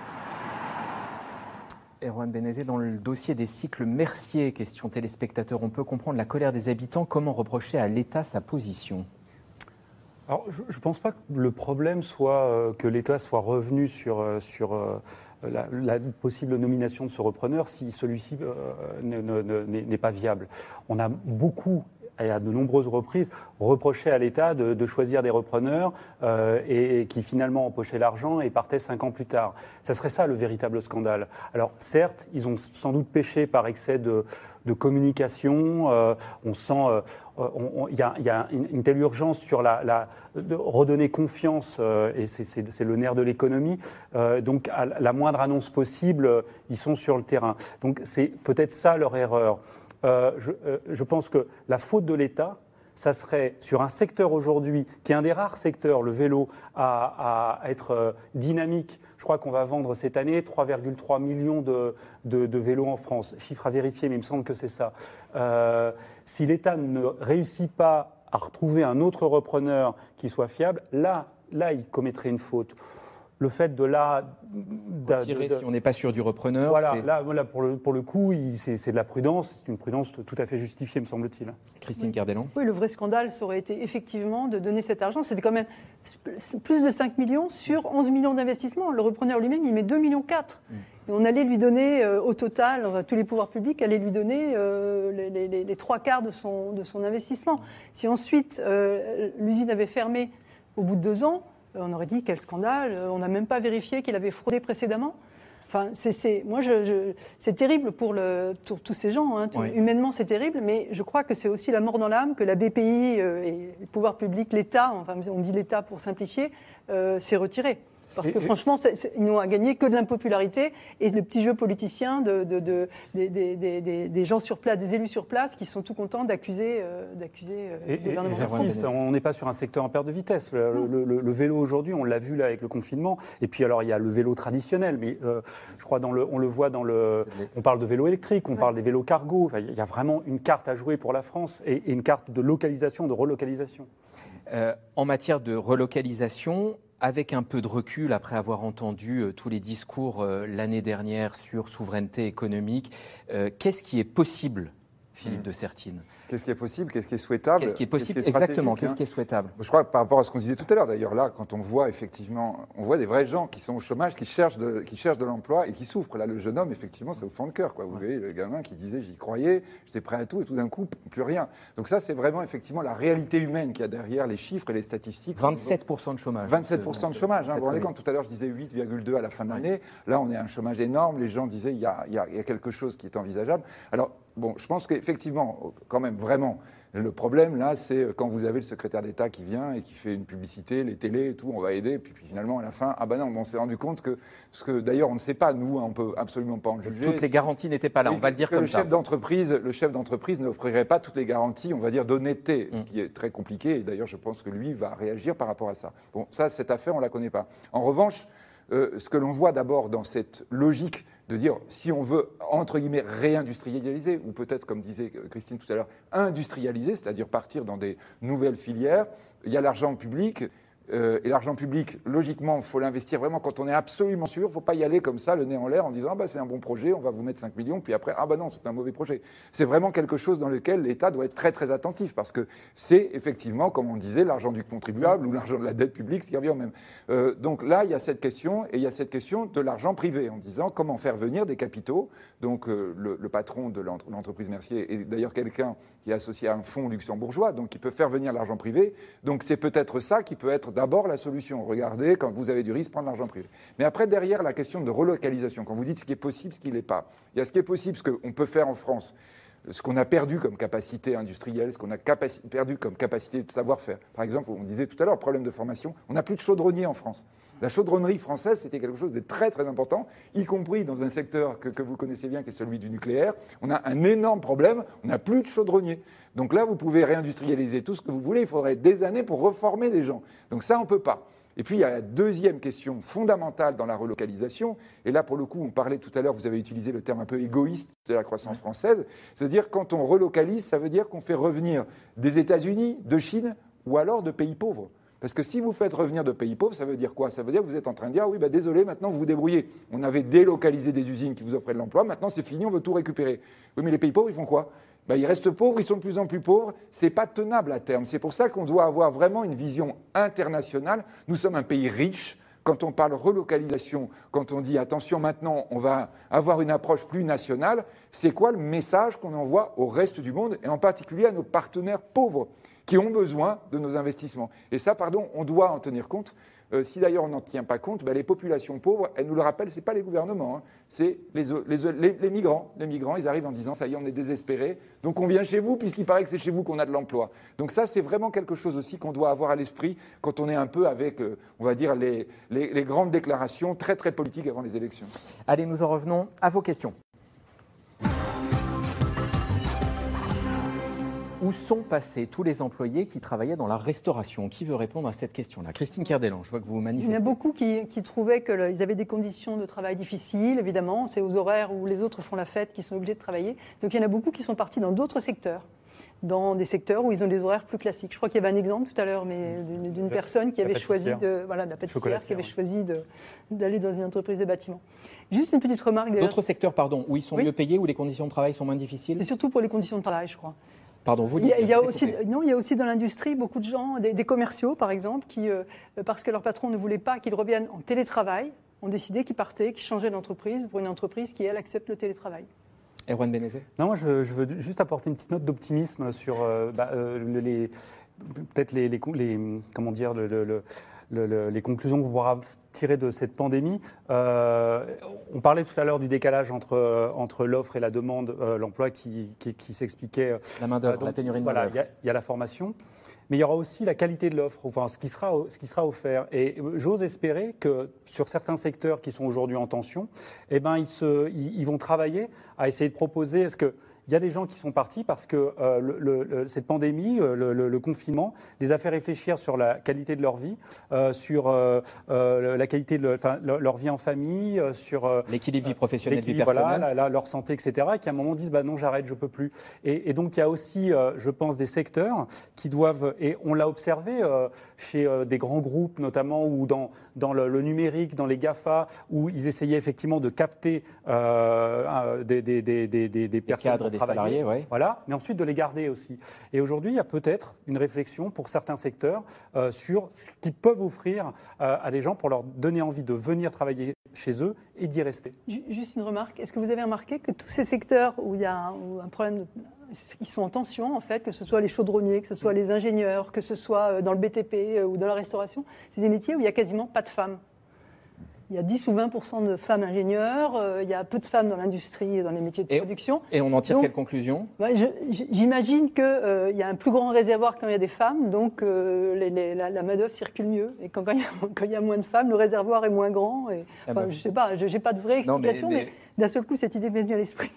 Erwan Benezet, dans le dossier des cycles Mercier, question téléspectateur, on peut comprendre la colère des habitants. Comment reprocher à l'État sa position ? Alors, je ne pense pas que le problème soit que l'État soit revenu sur la possible nomination de ce repreneur si celui-ci n'est pas viable. On a beaucoup, et à de nombreuses reprises, reproché à l'État de choisir des repreneurs et qui finalement empochaient l'argent et partaient 5 ans plus tard. Ça serait ça le véritable scandale. Alors certes, ils ont sans doute péché par excès de communication. On sent, il y a une telle urgence sur de redonner confiance et c'est le nerf de l'économie. Donc à la moindre annonce possible, ils sont sur le terrain. Donc c'est peut-être ça leur erreur. Je pense que la faute de l'État, ça serait sur un secteur aujourd'hui, qui est un des rares secteurs, le vélo, à être dynamique. Je crois qu'on va vendre cette année 3,3 millions de vélos en France. Chiffre à vérifier, mais il me semble que c'est ça. Si l'État ne réussit pas à retrouver un autre repreneur qui soit fiable, là il commettrait une faute. Le fait si on n'est pas sûr du repreneur. Voilà, là pour le coup, c'est de la prudence. C'est une prudence tout à fait justifiée, me semble-t-il. Christine Cardellan. Oui, le vrai scandale, ça aurait été effectivement de donner cet argent. C'était quand même plus de 5 millions sur 11 millions d'investissements. Le repreneur lui-même, il met 2,4 millions. Et on allait lui donner, au total, tous les pouvoirs publics allaient lui donner les 3/4 de son investissement. Si ensuite l'usine avait fermé au bout de 2 ans, on aurait dit quel scandale, on n'a même pas vérifié qu'il avait fraudé précédemment. Enfin, c'est terrible pour tous ces gens. Hein. Oui. Humainement, c'est terrible, mais je crois que c'est aussi la mort dans l'âme que la BPI et les pouvoirs publics, l'État, enfin on dit l'État pour simplifier, s'est retiré. Parce que franchement, ils n'ont à gagner que de l'impopularité et le petit jeu politicien des gens sur place, des élus sur place qui sont tout contents d'accuser le gouvernement. J'insiste, on n'est pas sur un secteur en perte de vitesse. Le vélo aujourd'hui, on l'a vu là avec le confinement. Et puis alors, il y a le vélo traditionnel, mais je crois on le voit on parle de vélo électrique, on parle des vélos cargo. Enfin, il y a vraiment une carte à jouer pour la France et une carte de localisation, de relocalisation. En matière de relocalisation, avec un peu de recul, après avoir entendu tous les discours l'année dernière sur souveraineté économique, qu'est-ce qui est possible, Philippe de Sertine ? Qu'est-ce qui est possible ? Qu'est-ce qui est souhaitable ? Qu'est-ce qui est possible ? Exactement, qu'est-ce qui est souhaitable ? Je crois que par rapport à ce qu'on disait tout à l'heure, d'ailleurs, là, quand on voit effectivement, on voit des vrais gens qui sont au chômage, qui cherchent de l'emploi et qui souffrent. Là, le jeune homme, effectivement, ça vous fend le cœur, quoi. Vous voyez, le gamin qui disait « j'y croyais, j'étais prêt à tout » et tout d'un coup, plus rien. Donc ça, c'est vraiment effectivement la réalité humaine qu'il y a derrière les chiffres et les statistiques. 27% de chômage. 27% de chômage. Hein. Vous vous rendez compte, tout à l'heure, je disais 8,2 à la fin de l'année. Là, on est à un chômage énorme. Les gens disaient il y a quelque chose qui est envisageable. Alors, bon, je pense qu'effectivement, quand même, vraiment, le problème, là, c'est quand vous avez le secrétaire d'État qui vient et qui fait une publicité, les télés et tout, on va aider, et puis finalement, à la fin, ah ben non, on s'est rendu compte que, parce que d'ailleurs, on ne sait pas, nous, on ne peut absolument pas en juger. Toutes les garanties n'étaient pas là, on va le dire comme ça. Le chef d'entreprise n'offrirait pas toutes les garanties, on va dire, d'honnêteté, ce qui est très compliqué, et d'ailleurs, je pense que lui va réagir par rapport à ça. Bon, ça, cette affaire, on ne la connaît pas. En revanche, ce que l'on voit d'abord dans cette logique de dire si on veut, entre guillemets, réindustrialiser, ou peut-être, comme disait Christine tout à l'heure, industrialiser, c'est-à-dire partir dans des nouvelles filières, il y a l'argent public. Et l'argent public, logiquement, il faut l'investir vraiment quand on est absolument sûr. Il ne faut pas y aller comme ça, le nez en l'air, en disant « ah bah, c'est un bon projet, on va vous mettre 5 millions », puis après « ah bah non, c'est un mauvais projet ». C'est vraiment quelque chose dans lequel l'État doit être très très attentif, parce que c'est effectivement, comme on disait, l'argent du contribuable ou l'argent de la dette publique, ce qui revient au même. Donc là, il y a cette question, et il y a cette question de l'argent privé, en disant comment faire venir des capitaux. Donc le patron de l'entreprise Mercier est d'ailleurs quelqu'un qui est associé à un fonds luxembourgeois, donc qui peut faire venir l'argent privé. Donc c'est peut-être ça qui peut être d'abord la solution. Regardez, quand vous avez du risque, prendre l'argent privé. Mais après, derrière, la question de relocalisation, quand vous dites ce qui est possible, ce qui ne l'est pas. Il y a ce qui est possible, ce qu'on peut faire en France, ce qu'on a perdu comme capacité industrielle, ce qu'on a perdu comme capacité de savoir-faire. Par exemple, on disait tout à l'heure, problème de formation, on n'a plus de chaudronniers en France. La chaudronnerie française, c'était quelque chose de très très important, y compris dans un secteur que vous connaissez bien, qui est celui du nucléaire. On a un énorme problème, on n'a plus de chaudronniers. Donc là, vous pouvez réindustrialiser tout ce que vous voulez, il faudrait des années pour reformer des gens. Donc ça, on ne peut pas. Et puis, il y a la deuxième question fondamentale dans la relocalisation, et là, pour le coup, on parlait tout à l'heure, vous avez utilisé le terme un peu égoïste de la croissance française, c'est-à-dire quand on relocalise, ça veut dire qu'on fait revenir des États-Unis, de Chine, ou alors de pays pauvres. Parce que si vous faites revenir de pays pauvres, ça veut dire quoi ? Ça veut dire que vous êtes en train de dire « ah oui, bah désolé, maintenant vous vous débrouillez. On avait délocalisé des usines qui vous offraient de l'emploi, maintenant c'est fini, on veut tout récupérer. » Oui, mais les pays pauvres, ils font quoi ? Bah, ils restent pauvres, ils sont de plus en plus pauvres. Ce n'est pas tenable à terme. C'est pour ça qu'on doit avoir vraiment une vision internationale. Nous sommes un pays riche. Quand on parle relocalisation, quand on dit « attention, maintenant on va avoir une approche plus nationale », c'est quoi le message qu'on envoie au reste du monde, et en particulier à nos partenaires pauvres qui ont besoin de nos investissements. Et ça, on doit en tenir compte. Si d'ailleurs on n'en tient pas compte, les populations pauvres, elles nous le rappellent, ce n'est pas les gouvernements, hein, c'est les migrants. Les migrants, ils arrivent en disant « ça y est, on est désespérés, donc on vient chez vous puisqu'il paraît que c'est chez vous qu'on a de l'emploi ». Donc ça, c'est vraiment quelque chose aussi qu'on doit avoir à l'esprit quand on est un peu avec, on va dire, les grandes déclarations très très politiques avant les élections. Allez, nous en revenons à vos questions. Où sont passés tous les employés qui travaillaient dans la restauration ? Qui veut répondre à cette question-là ? Christine Kerdelan, je vois que vous manifestez. Il y en a beaucoup qui trouvaient qu'ils avaient des conditions de travail difficiles, évidemment. C'est aux horaires où les autres font la fête qu'ils sont obligés de travailler. Donc il y en a beaucoup qui sont partis dans d'autres secteurs, dans des secteurs où ils ont des horaires plus classiques. Je crois qu'il y avait un exemple tout à l'heure, mais d'une personne qui avait choisi de la pâtissière, qui avait choisi d'aller dans une entreprise de bâtiment. Juste une petite remarque. D'autres secteurs, pardon, où ils sont mieux payés, où les conditions de travail sont moins difficiles ? C'est surtout pour les conditions de travail, je crois. Pardon, vous dites, il y a aussi dans l'industrie beaucoup de gens, des commerciaux par exemple, qui, parce que leur patron ne voulait pas qu'ils reviennent en télétravail, ont décidé qu'ils partaient, qu'ils changeaient d'entreprise pour une entreprise qui, elle, accepte le télétravail. Erwan Benezet. Non, moi, je veux juste apporter une petite note d'optimisme sur peut-être les conclusions qu'on pourra tirer de cette pandémie. On parlait tout à l'heure du décalage entre l'offre et la demande, l'emploi qui s'expliquait. La main-d'œuvre, la pénurie de main-d'œuvre. Voilà, il y a la formation. Mais il y aura aussi la qualité de l'offre, enfin, ce qui sera offert. Et j'ose espérer que sur certains secteurs qui sont aujourd'hui en tension, ils vont travailler à essayer de proposer. Est-ce que il y a des gens qui sont partis parce que cette pandémie, le confinement, les a fait réfléchir sur la qualité de leur vie, sur la qualité de leur vie en famille, sur l'équilibre vie professionnelle, vie personnelle, voilà, leur santé, etc. Et qu'à un moment disent non, j'arrête, je peux plus. Et donc il y a aussi, je pense, des secteurs qui doivent, et on l'a observé chez des grands groupes notamment, ou dans le numérique, dans les GAFA, où ils essayaient effectivement de capter des personnes cadres, des salariés, ouais. Voilà, mais ensuite de les garder aussi. Et aujourd'hui, il y a peut-être une réflexion pour certains secteurs sur ce qu'ils peuvent offrir à des gens pour leur donner envie de venir travailler chez eux et d'y rester. Juste une remarque, est-ce que vous avez remarqué que tous ces secteurs où il y a un problème, ils sont en tension en fait, que ce soit les chaudronniers, que ce soit les ingénieurs, que ce soit dans le BTP ou dans la restauration, c'est des métiers où il n'y a quasiment pas de femmes. Il y a 10 ou 20% de femmes ingénieurs, il y a peu de femmes dans l'industrie et dans les métiers de production. Et on en tire quelle conclusion ? J'imagine qu'il y a un plus grand réservoir quand il y a des femmes, donc la main-d'œuvre circule mieux. Et quand il y a moins de femmes, le réservoir est moins grand. Et, je ne sais pas, je n'ai pas de vraie explication, mais d'un seul coup, cette idée m'est venue à l'esprit.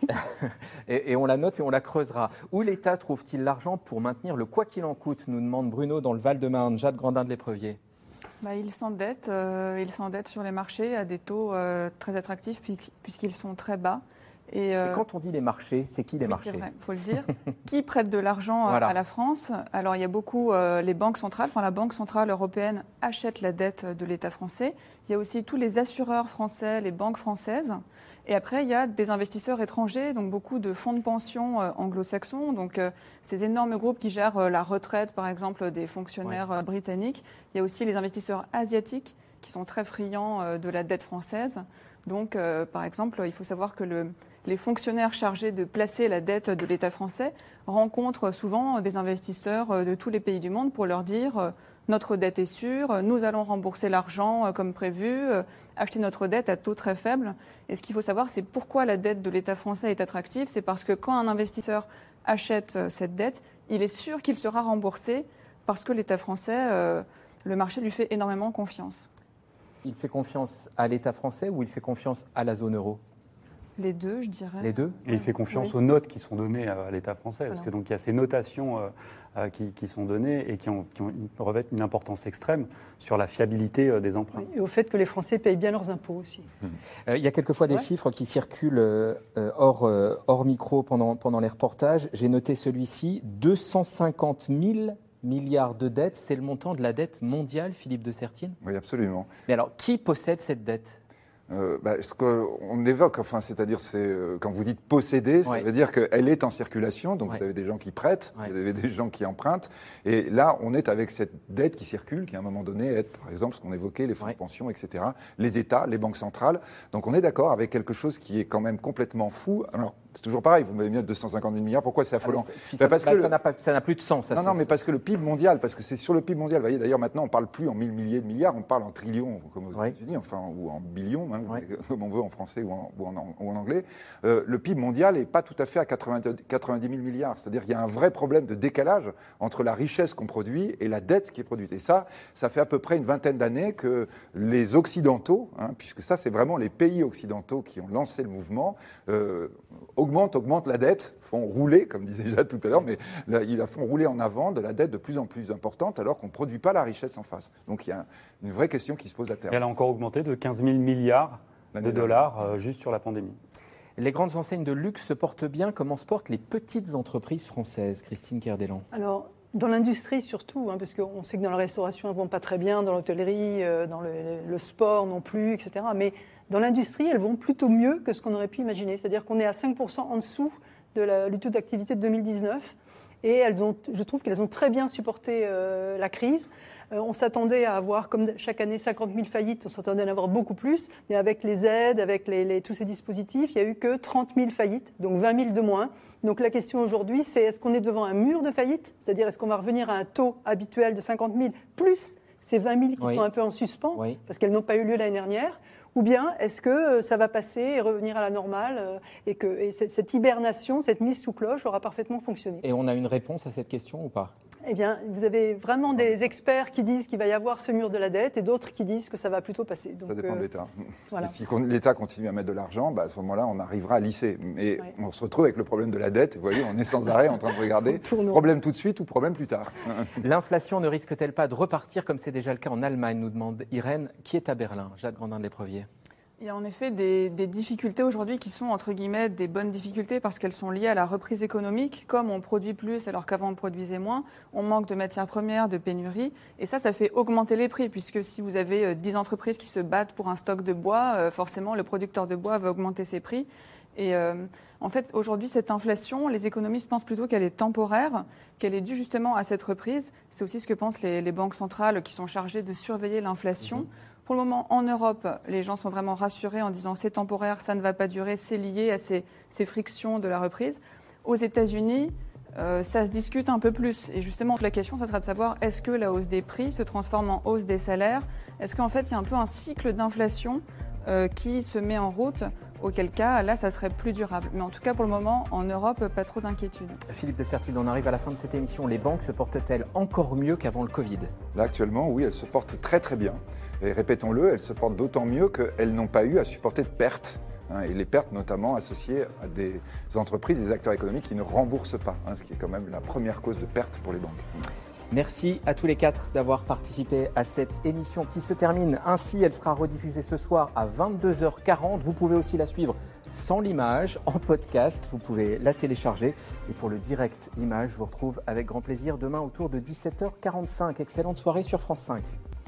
et on la note et on la creusera. Où l'État trouve-t-il l'argent pour maintenir le quoi qu'il en coûte, nous demande Bruno dans le Val-de-Marne. Jade Grandin de l'Épervier. Ils s'endettent sur les marchés à des taux très attractifs puisqu'ils sont très bas. Et quand on dit les marchés, c'est qui les marchés ? C'est vrai, il faut le dire. Qui prête de l'argent à la France ? Alors il y a beaucoup les banques centrales, la Banque centrale européenne achète la dette de l'État français. Il y a aussi tous les assureurs français, les banques françaises. Et après, il y a des investisseurs étrangers, donc beaucoup de fonds de pension anglo-saxons, donc ces énormes groupes qui gèrent la retraite, par exemple, des fonctionnaires britanniques. Il y a aussi les investisseurs asiatiques qui sont très friands de la dette française. Donc, par exemple, il faut savoir que les fonctionnaires chargés de placer la dette de l'État français rencontrent souvent des investisseurs de tous les pays du monde pour leur dire notre dette est sûre, nous allons rembourser l'argent comme prévu, acheter notre dette à taux très faible. Et ce qu'il faut savoir, c'est pourquoi la dette de l'État français est attractive. C'est parce que quand un investisseur achète cette dette, il est sûr qu'il sera remboursé parce que l'État français, le marché lui fait énormément confiance. Il fait confiance à l'État français ou il fait confiance à la zone euro ? Les deux, je dirais. Les deux ? Et il fait confiance aux notes qui sont données à l'État français, parce que donc il y a ces notations qui sont données et qui revêtent une importance extrême sur la fiabilité des emprunts. Et au fait que les Français payent bien leurs impôts aussi. Il y a quelquefois des chiffres qui circulent hors micro pendant les reportages. J'ai noté celui-ci, 250 000 milliards de dettes, c'est le montant de la dette mondiale, Philippe de Sertine ? Oui, absolument. Mais alors, qui possède cette dette ? Ce qu'on évoque, c'est-à-dire quand vous dites posséder, ça veut dire qu'elle est en circulation, donc vous avez des gens qui prêtent, vous avez des gens qui empruntent, et là on est avec cette dette qui circule, qui à un moment donné est, par exemple, ce qu'on évoquait, les fonds de pension, etc., les États, les banques centrales, donc on est d'accord avec quelque chose qui est quand même complètement fou. Alors, c'est toujours pareil, vous m'avez mis à 250 000 milliards, pourquoi c'est affolant ? Ça n'a plus de sens. Non, mais parce que le PIB mondial, parce que c'est sur le PIB mondial, vous voyez, d'ailleurs maintenant on ne parle plus en milliers de milliards, on parle en trillions, comme aux États-Unis, ou en billions, comme on veut en français ou en anglais. Le PIB mondial n'est pas tout à fait à 90 000 milliards, c'est-à-dire qu'il y a un vrai problème de décalage entre la richesse qu'on produit et la dette qui est produite. Et ça fait à peu près une vingtaine d'années que les Occidentaux, puisque ça c'est vraiment les pays occidentaux qui ont lancé le mouvement, augmentent la dette, font rouler, comme disait Jade tout à l'heure, mais là, ils la font rouler en avant de la dette de plus en plus importante alors qu'on ne produit pas la richesse en face. Donc il y a une vraie question qui se pose à terme. Elle a encore augmenté de 15 000 milliards de dollars juste sur la pandémie. Les grandes enseignes de luxe se portent bien. Comment se portent les petites entreprises françaises, Christine Kerdelan ? Alors, dans l'industrie surtout, parce qu'on sait que dans la restauration, elles ne vont pas très bien, dans l'hôtellerie, dans le sport non plus, etc. Mais dans l'industrie, elles vont plutôt mieux que ce qu'on aurait pu imaginer. C'est-à-dire qu'on est à 5% en dessous du taux d'activité de 2019. et je trouve qu'elles ont très bien supporté la crise. On s'attendait à avoir, comme chaque année, 50 000 faillites, on s'attendait à en avoir beaucoup plus, mais avec les aides, avec tous ces dispositifs, il n'y a eu que 30 000 faillites, donc 20 000 de moins. Donc la question aujourd'hui, c'est est-ce qu'on est devant un mur de faillite, c'est-à-dire est-ce qu'on va revenir à un taux habituel de 50 000 plus ces 20 000 qui sont un peu en suspens, parce qu'elles n'ont pas eu lieu l'année dernière, ou bien est-ce que ça va passer et revenir à la normale et que cette hibernation, cette mise sous cloche aura parfaitement fonctionné. Et on a une réponse à cette question ou pas ? Eh bien, vous avez vraiment des experts qui disent qu'il va y avoir ce mur de la dette et d'autres qui disent que ça va plutôt passer. Donc, ça dépend de l'État. Voilà. Si l'État continue à mettre de l'argent, à ce moment-là, on arrivera à lisser. Mais on se retrouve avec le problème de la dette. Vous voyez, on est sans arrêt en train de regarder problème tout de suite ou problème plus tard. L'inflation ne risque-t-elle pas de repartir comme c'est déjà le cas en Allemagne, nous demande Irène, qui est à Berlin. Jade Grandin de l'Éprevier. Il y a en effet des difficultés aujourd'hui qui sont, entre guillemets, des bonnes difficultés parce qu'elles sont liées à la reprise économique. Comme on produit plus alors qu'avant on produisait moins, on manque de matières premières, de pénurie. Et ça fait augmenter les prix puisque si vous avez 10 entreprises qui se battent pour un stock de bois, forcément le producteur de bois va augmenter ses prix. Et en fait, aujourd'hui, cette inflation, les économistes pensent plutôt qu'elle est temporaire, qu'elle est due justement à cette reprise. C'est aussi ce que pensent les banques centrales qui sont chargées de surveiller l'inflation. Pour le moment, en Europe, les gens sont vraiment rassurés en disant c'est temporaire, ça ne va pas durer, c'est lié à ces frictions de la reprise. Aux États-Unis, ça se discute un peu plus. Et justement, la question, ça sera de savoir est-ce que la hausse des prix se transforme en hausse des salaires ? Est-ce qu'en fait, il y a un peu un cycle d'inflation qui se met en route ? Auquel cas, là, ça serait plus durable. Mais en tout cas, pour le moment, en Europe, pas trop d'inquiétude. Philippe de Sertine, on arrive à la fin de cette émission. Les banques se portent-elles encore mieux qu'avant le Covid ? Là, actuellement, oui, elles se portent très très bien. Et répétons-le, elles se portent d'autant mieux qu'elles n'ont pas eu à supporter de pertes. Et les pertes notamment associées à des entreprises, des acteurs économiques qui ne remboursent pas, ce qui est quand même la première cause de perte pour les banques. Merci à tous les quatre d'avoir participé à cette émission qui se termine ainsi. Elle sera rediffusée ce soir à 22h40. Vous pouvez aussi la suivre sans l'image, en podcast. Vous pouvez la télécharger. Et pour le direct image, je vous retrouve avec grand plaisir demain autour de 17h45. Excellente soirée sur France 5.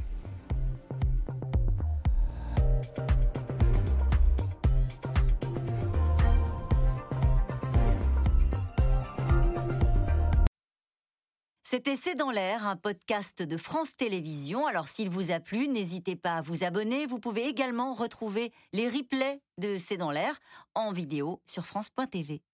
C'était C'est dans l'air, un podcast de France Télévisions. Alors s'il vous a plu, n'hésitez pas à vous abonner. Vous pouvez également retrouver les replays de C'est dans l'air en vidéo sur France.tv.